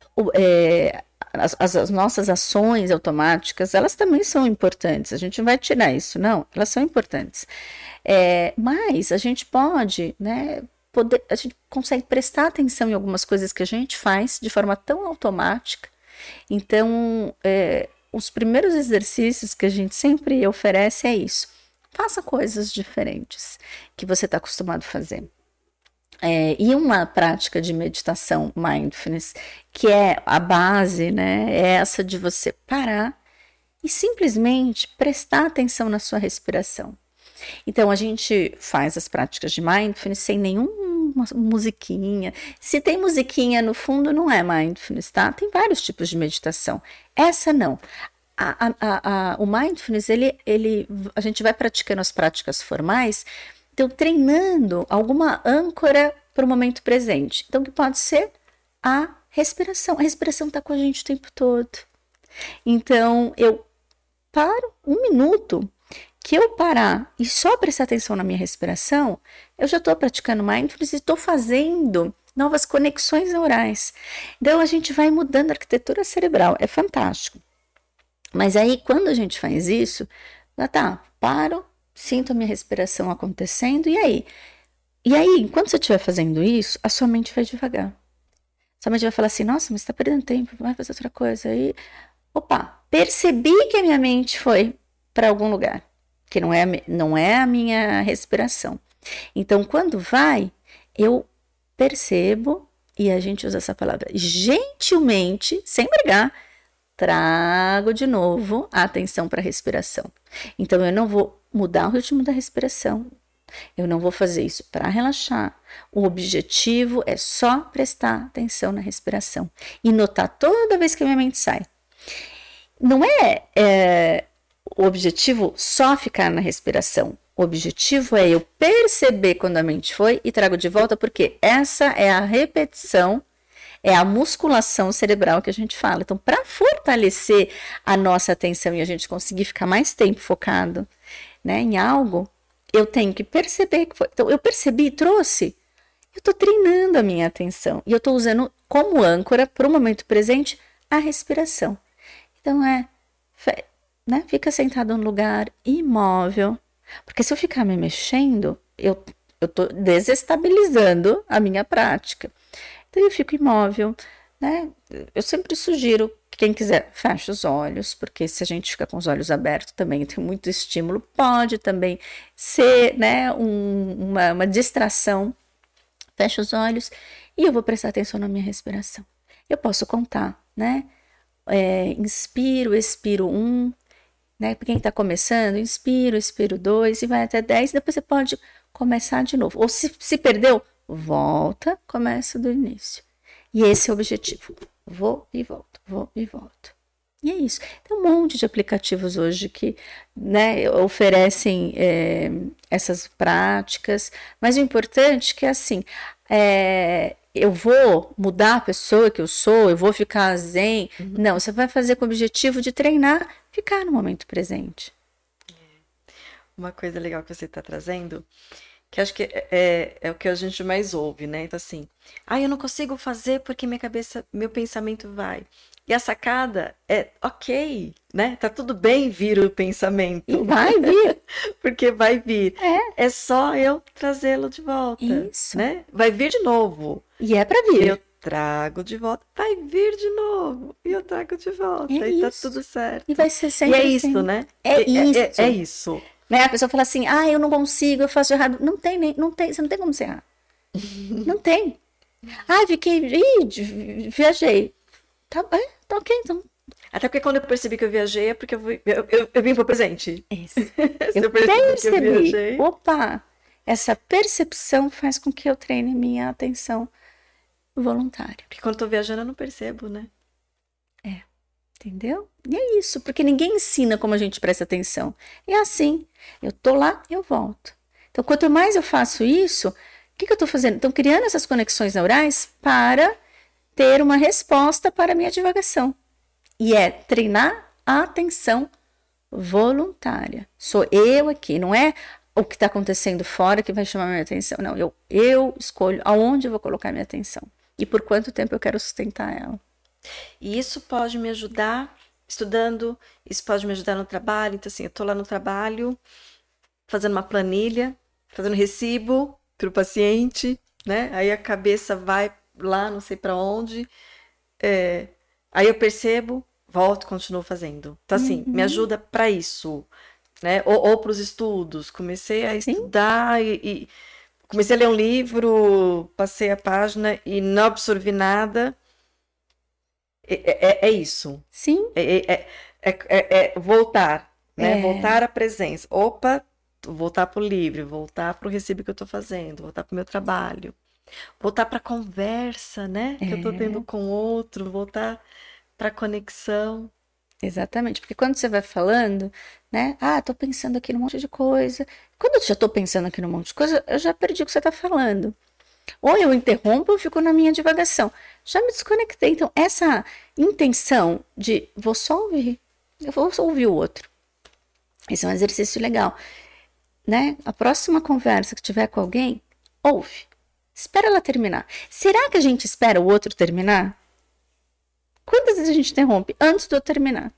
as nossas ações automáticas, elas também são importantes. A gente não vai tirar isso, não. Elas são importantes. Mas a gente pode, né, a gente consegue prestar atenção em algumas coisas que a gente faz de forma tão automática. Então, os primeiros exercícios que a gente sempre oferece é isso. Faça coisas diferentes que você está acostumado a fazer. E uma prática de meditação mindfulness, que é a base, né, é essa de você parar e simplesmente prestar atenção na sua respiração. Então, a gente faz as práticas de mindfulness sem nenhuma musiquinha. Se tem musiquinha no fundo, não é mindfulness, tá? Tem vários tipos de meditação. Essa não. O mindfulness, a gente vai praticando as práticas formais, então treinando alguma âncora para o momento presente. Então, que pode ser a respiração. A respiração está com a gente o tempo todo. Então, eu paro 1 minuto, que eu parar e só prestar atenção na minha respiração, eu já estou praticando mindfulness e estou fazendo novas conexões neurais. Então, a gente vai mudando a arquitetura cerebral. É fantástico. Mas aí, quando a gente faz isso, paro, sinto a minha respiração acontecendo, e aí? E aí, enquanto você estiver fazendo isso, a sua mente vai devagar. Sua mente vai falar assim, nossa, mas você está perdendo tempo, vai fazer outra coisa. Aí, percebi que a minha mente foi para algum lugar, que não é a minha respiração. Então, quando vai, eu percebo, e a gente usa essa palavra gentilmente, sem brigar, trago de novo a atenção para a respiração. Então, eu não vou mudar o ritmo da respiração. Eu não vou fazer isso para relaxar. O objetivo é só prestar atenção na respiração e notar toda vez que a minha mente sai. Não é o objetivo só ficar na respiração. O objetivo é eu perceber quando a mente foi e trago de volta, porque essa é a repetição, é a musculação cerebral que a gente fala. Então, para fortalecer a nossa atenção e a gente conseguir ficar mais tempo focado, né, em algo, eu tenho que perceber que foi. Então, eu percebi e trouxe. Eu estou treinando a minha atenção. E eu estou usando como âncora para o momento presente a respiração. Então, né, fica sentado num lugar imóvel. Porque se eu ficar me mexendo, eu estou desestabilizando a minha prática. Então, eu fico imóvel, né? Eu sempre sugiro que quem quiser feche os olhos, porque se a gente fica com os olhos abertos também tem muito estímulo, pode também ser, né, uma distração. Feche os olhos e eu vou prestar atenção na minha respiração. Eu posso contar, né? Inspiro, expiro 1, né? Para quem está começando, inspiro, expiro 2 e vai até 10, depois você pode começar de novo. Ou se perdeu, volta, começa do início. E esse é o objetivo. vou e volto, vou e volto. E é isso. Tem um monte de aplicativos hoje que, né, oferecem essas práticas, mas o importante é que, assim, eu vou mudar a pessoa que eu sou, eu vou ficar zen. Não, você vai fazer com o objetivo de treinar, ficar no momento presente. Uma coisa legal que você está trazendo, que acho que é o que a gente mais ouve, né? Então, assim, eu não consigo fazer porque meu pensamento vai. E a sacada é ok, né? Tá tudo bem vir o pensamento. E vai vir. Porque vai vir. É só eu trazê-lo de volta. Isso. Né? Vai vir de novo. E é para vir. Eu trago de volta. Vai vir de novo. E eu trago de volta. E tá tudo certo. E vai ser sempre E é isso, né? Isso. É isso. Né? A pessoa fala assim, eu não consigo, eu faço errado. Não tem, você não tem como ser errado. Não tem. Viajei. Tá ok, então. Até porque quando eu percebi que eu viajei é porque eu vim pro presente. Isso. Eu percebi que eu viajei. Opa! Essa percepção faz com que eu treine minha atenção voluntária. Porque quando eu tô viajando eu não percebo, né? Entendeu? E é isso, porque ninguém ensina como a gente presta atenção. É assim, eu tô lá, eu volto. Então, quanto mais eu faço isso, o que eu tô fazendo? Então, criando essas conexões neurais para ter uma resposta para a minha divagação. E é treinar a atenção voluntária. Sou eu aqui, não é o que está acontecendo fora que vai chamar minha atenção. Não, eu escolho aonde eu vou colocar minha atenção e por quanto tempo eu quero sustentar ela. E isso pode me ajudar estudando, isso pode me ajudar no trabalho. Então, assim, eu tô lá no trabalho, fazendo uma planilha, fazendo recibo para o paciente, né? Aí a cabeça vai lá, não sei para onde. Aí eu percebo, volto, continuo fazendo. Então, assim, me ajuda para isso, né? Ou para os estudos. Comecei a estudar e comecei a ler um livro, passei a página e não absorvi nada. É isso. Sim. É voltar, né? Voltar à presença. Opa, voltar para o livro, voltar para o recibo que eu estou fazendo, voltar para o meu trabalho, voltar para a conversa, né? Que eu estou tendo com o outro, voltar para a conexão. Exatamente, porque quando você vai falando, né? Tô pensando aqui num monte de coisa. Quando eu já tô pensando aqui num monte de coisa, eu já perdi o que você tá falando. Ou eu interrompo ou fico na minha divagação. Já me desconectei. Então, essa intenção de vou só ouvir, eu vou só ouvir o outro. Esse é um exercício legal, né? A próxima conversa que tiver com alguém, ouve. Espera ela terminar. Será que a gente espera o outro terminar? Quantas vezes a gente interrompe antes de eu terminar?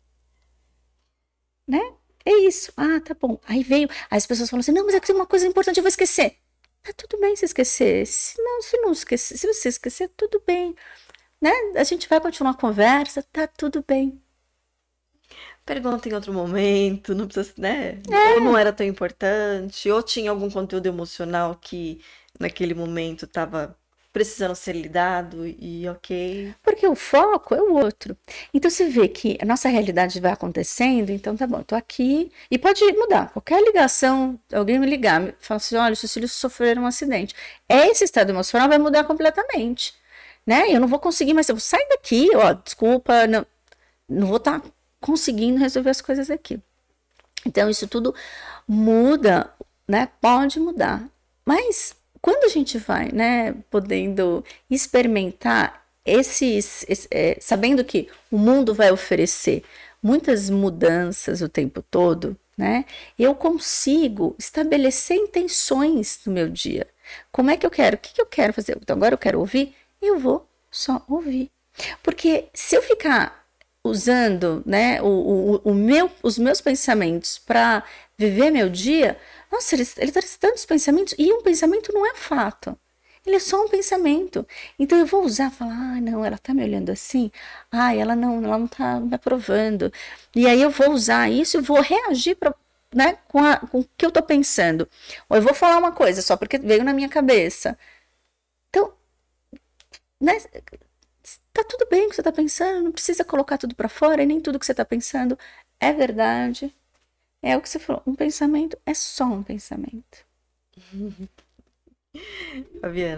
Né? É isso. Tá bom. Aí as pessoas falam assim, não, mas é que tem uma coisa importante, eu vou esquecer. Tá tudo bem se esquecer. Se não esquecer, se você esquecer, tudo bem. Né? A gente vai continuar a conversa, tá tudo bem. Pergunta em outro momento, não precisa, né? Ou não era tão importante, ou tinha algum conteúdo emocional que naquele momento estava precisando ser lidado e ok. Porque o foco é o outro. Então você vê que a nossa realidade vai acontecendo, então tá bom, eu tô aqui e pode mudar. Qualquer ligação, alguém me ligar, me fala assim, olha, seus filhos sofreram um acidente. Esse estado emocional vai mudar completamente, né? Eu não vou conseguir mais, eu vou sair daqui, desculpa, não vou estar conseguindo resolver as coisas aqui. Então isso tudo muda, né? Pode mudar, mas quando a gente vai, né, podendo experimentar sabendo que o mundo vai oferecer muitas mudanças o tempo todo, né, eu consigo estabelecer intenções no meu dia. Como é que eu quero? O que eu quero fazer? Então, agora eu quero ouvir, eu vou só ouvir. Porque se eu ficar usando, né, os meus pensamentos para viver meu dia, nossa, ele traz tantos pensamentos, e um pensamento não é fato. Ele é só um pensamento. Então eu vou usar, falar, não, ela tá me olhando assim, ela não tá me aprovando. E aí eu vou usar isso e vou reagir né, com o que eu tô pensando. Ou eu vou falar uma coisa só porque veio na minha cabeça. Então, né, tá tudo bem o que você tá pensando, não precisa colocar tudo para fora, e nem tudo que você tá pensando é verdade. É o que você falou, um pensamento é só um pensamento. Fabiana,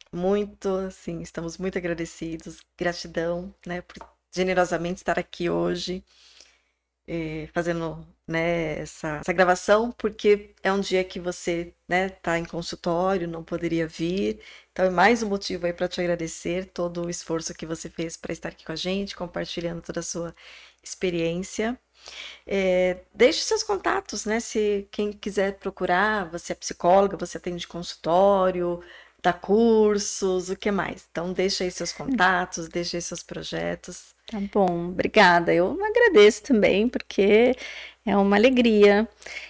Muito, assim, estamos muito agradecidos. Gratidão, né, por generosamente estar aqui hoje, fazendo, né, essa gravação, porque é um dia que você, né, tá em consultório, não poderia vir. Então é mais um motivo aí para te agradecer todo o esforço que você fez para estar aqui com a gente, compartilhando toda a sua experiência. Deixe seus contatos, né? Se quem quiser procurar, você é psicóloga, você atende consultório, dá cursos, o que mais? Então, deixa aí seus contatos, deixa aí seus projetos. Tá bom, obrigada. Eu agradeço também, porque é uma alegria.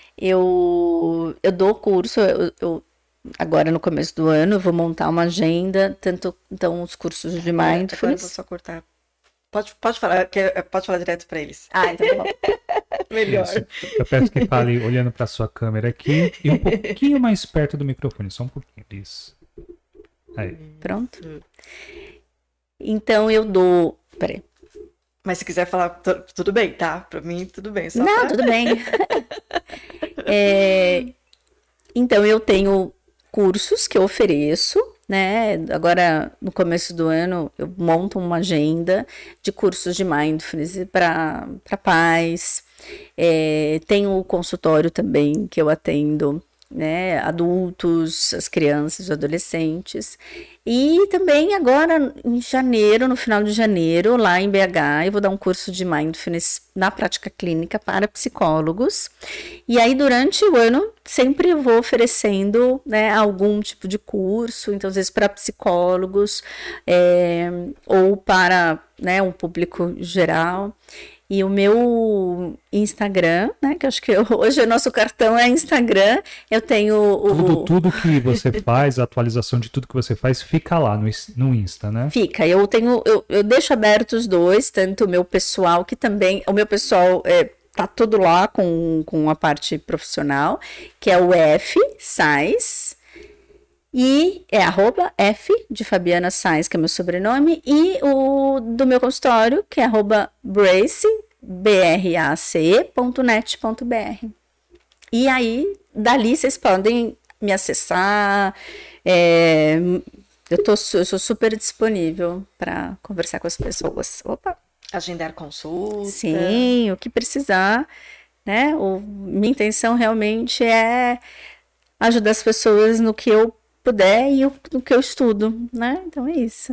Eu dou curso, agora no começo do ano, eu vou montar uma agenda, então os cursos de Agora eu vou mindfulness. só cortar. Pode falar, pode falar direto para eles. Ah, então tá bom. Melhor. Isso. Eu peço que fale olhando para sua câmera aqui e um pouquinho mais perto do microfone, só um pouquinho. Isso. Aí. Pronto? Então eu dou. Peraí. Mas se quiser falar, tudo bem, tá? Para mim, tudo bem. Só Não, tudo bem. Então eu tenho cursos que eu ofereço, né? Agora, no começo do ano, eu monto uma agenda de cursos de mindfulness para pais. Tenho o consultório também que eu atendo, né? Adultos, as crianças, os adolescentes. E também agora, em janeiro, no final de janeiro, lá em BH, eu vou dar um curso de mindfulness na prática clínica para psicólogos. E aí, durante o ano, sempre vou oferecendo, né, algum tipo de curso, então, às vezes, para psicólogos, ou para, né, um público geral. E o meu Instagram, né, que eu acho que hoje o nosso cartão é Instagram, eu tenho Tudo que você faz, a atualização de tudo que você faz, fica lá no Insta, né? Fica, eu deixo aberto os dois, tanto o meu pessoal, que também, o meu pessoal tá tudo lá com a parte profissional, que é o F Sais, e é @F de Fabiana Sais, que é meu sobrenome, e o do meu consultório, que é @brace, brace.net.br. E aí, dali vocês podem me acessar, eu sou super disponível para conversar com as pessoas. Opa! agendar consulta. Sim, o que precisar, né? Minha intenção realmente é ajudar as pessoas no que eu puder e no que eu estudo, né? Então é isso.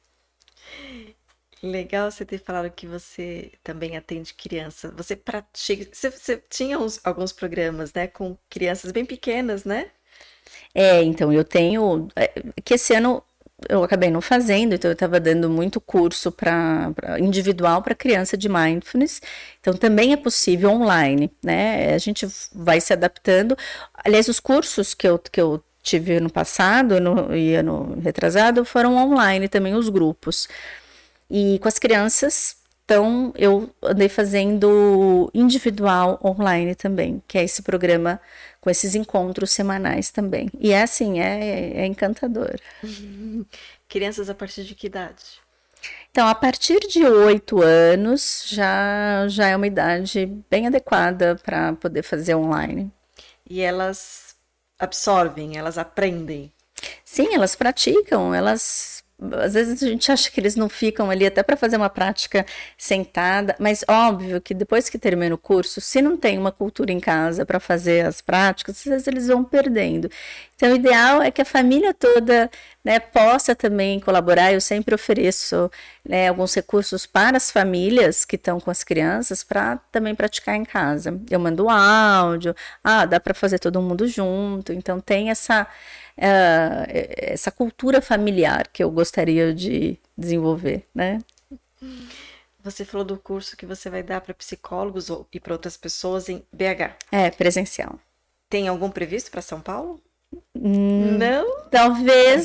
Legal você ter falado que você também atende criança. Você pratica. Você tinha alguns programas, né, com crianças bem pequenas, né? Então eu tenho. Que esse ano eu acabei não fazendo, então eu estava dando muito curso individual para criança de mindfulness. Então também é possível online, né? A gente vai se adaptando. Aliás, os cursos que eu tive ano passado e ano retrasado foram online também, os grupos. E com as crianças, então eu andei fazendo individual online também, que é esse programa com esses encontros semanais também. E é assim, é encantador. Crianças a partir de que idade? Então, a partir de 8 anos já é uma idade bem adequada para poder fazer online. E elas absorvem, elas aprendem. Sim, elas praticam, às vezes a gente acha que eles não ficam ali até para fazer uma prática sentada, mas óbvio que depois que termina o curso, se não tem uma cultura em casa para fazer as práticas, às vezes eles vão perdendo. Então, o ideal é que a família toda, né, possa também colaborar. Eu sempre ofereço, né, alguns recursos para as famílias que estão com as crianças para também praticar em casa. Eu mando áudio, dá para fazer todo mundo junto. Então, tem essa cultura familiar que eu gostaria de desenvolver, né? Você falou do curso que você vai dar para psicólogos e para outras pessoas em BH. Presencial. Tem algum previsto para São Paulo? Não? Talvez.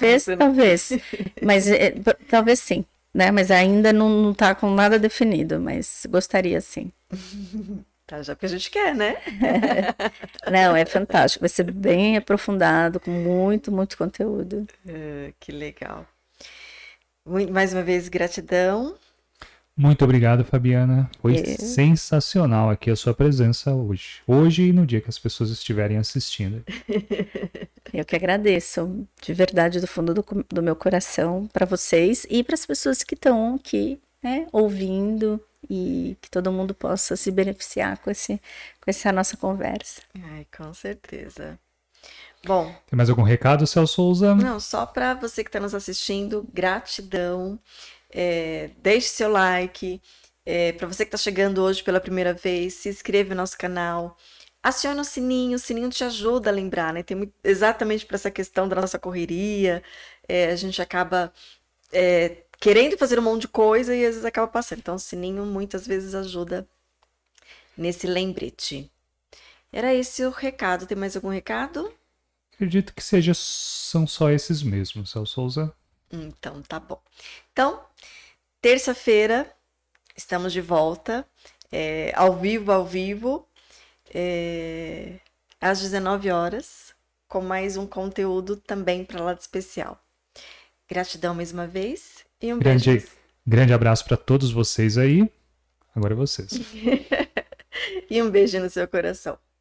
Mas talvez sim, né? Mas ainda não está com nada definido, mas gostaria sim. Tá, já porque a gente quer, né? Não, é fantástico. Vai ser bem aprofundado, com muito, muito conteúdo. Que legal. Mais uma vez, gratidão. Muito obrigado, Fabiana. Foi sensacional aqui a sua presença hoje. Hoje e no dia que as pessoas estiverem assistindo. Eu que agradeço, de verdade, do fundo do meu coração, para vocês e para as pessoas que estão aqui, né, ouvindo, e que todo mundo possa se beneficiar com essa nossa conversa. Ai, com certeza. Bom, Tem mais algum recado, Celso Souza? não, só para você que está nos assistindo, gratidão. Deixe seu like. Para você que está chegando hoje pela primeira vez, se inscreva no nosso canal. Acione o sininho te ajuda a lembrar, né? Exatamente para essa questão da nossa correria, a gente acaba querendo fazer um monte de coisa e às vezes acaba passando. Então, o sininho muitas vezes ajuda nesse lembrete. Era esse o recado. Tem mais algum recado? Acredito que são só esses mesmos, Celso Souza. Então, tá bom. Então, terça-feira, estamos de volta, ao vivo, às 19 horas, com mais um conteúdo também para lá de especial. Gratidão mais uma vez e um beijo. Grande abraço para todos vocês aí. Agora é vocês. E um beijo no seu coração.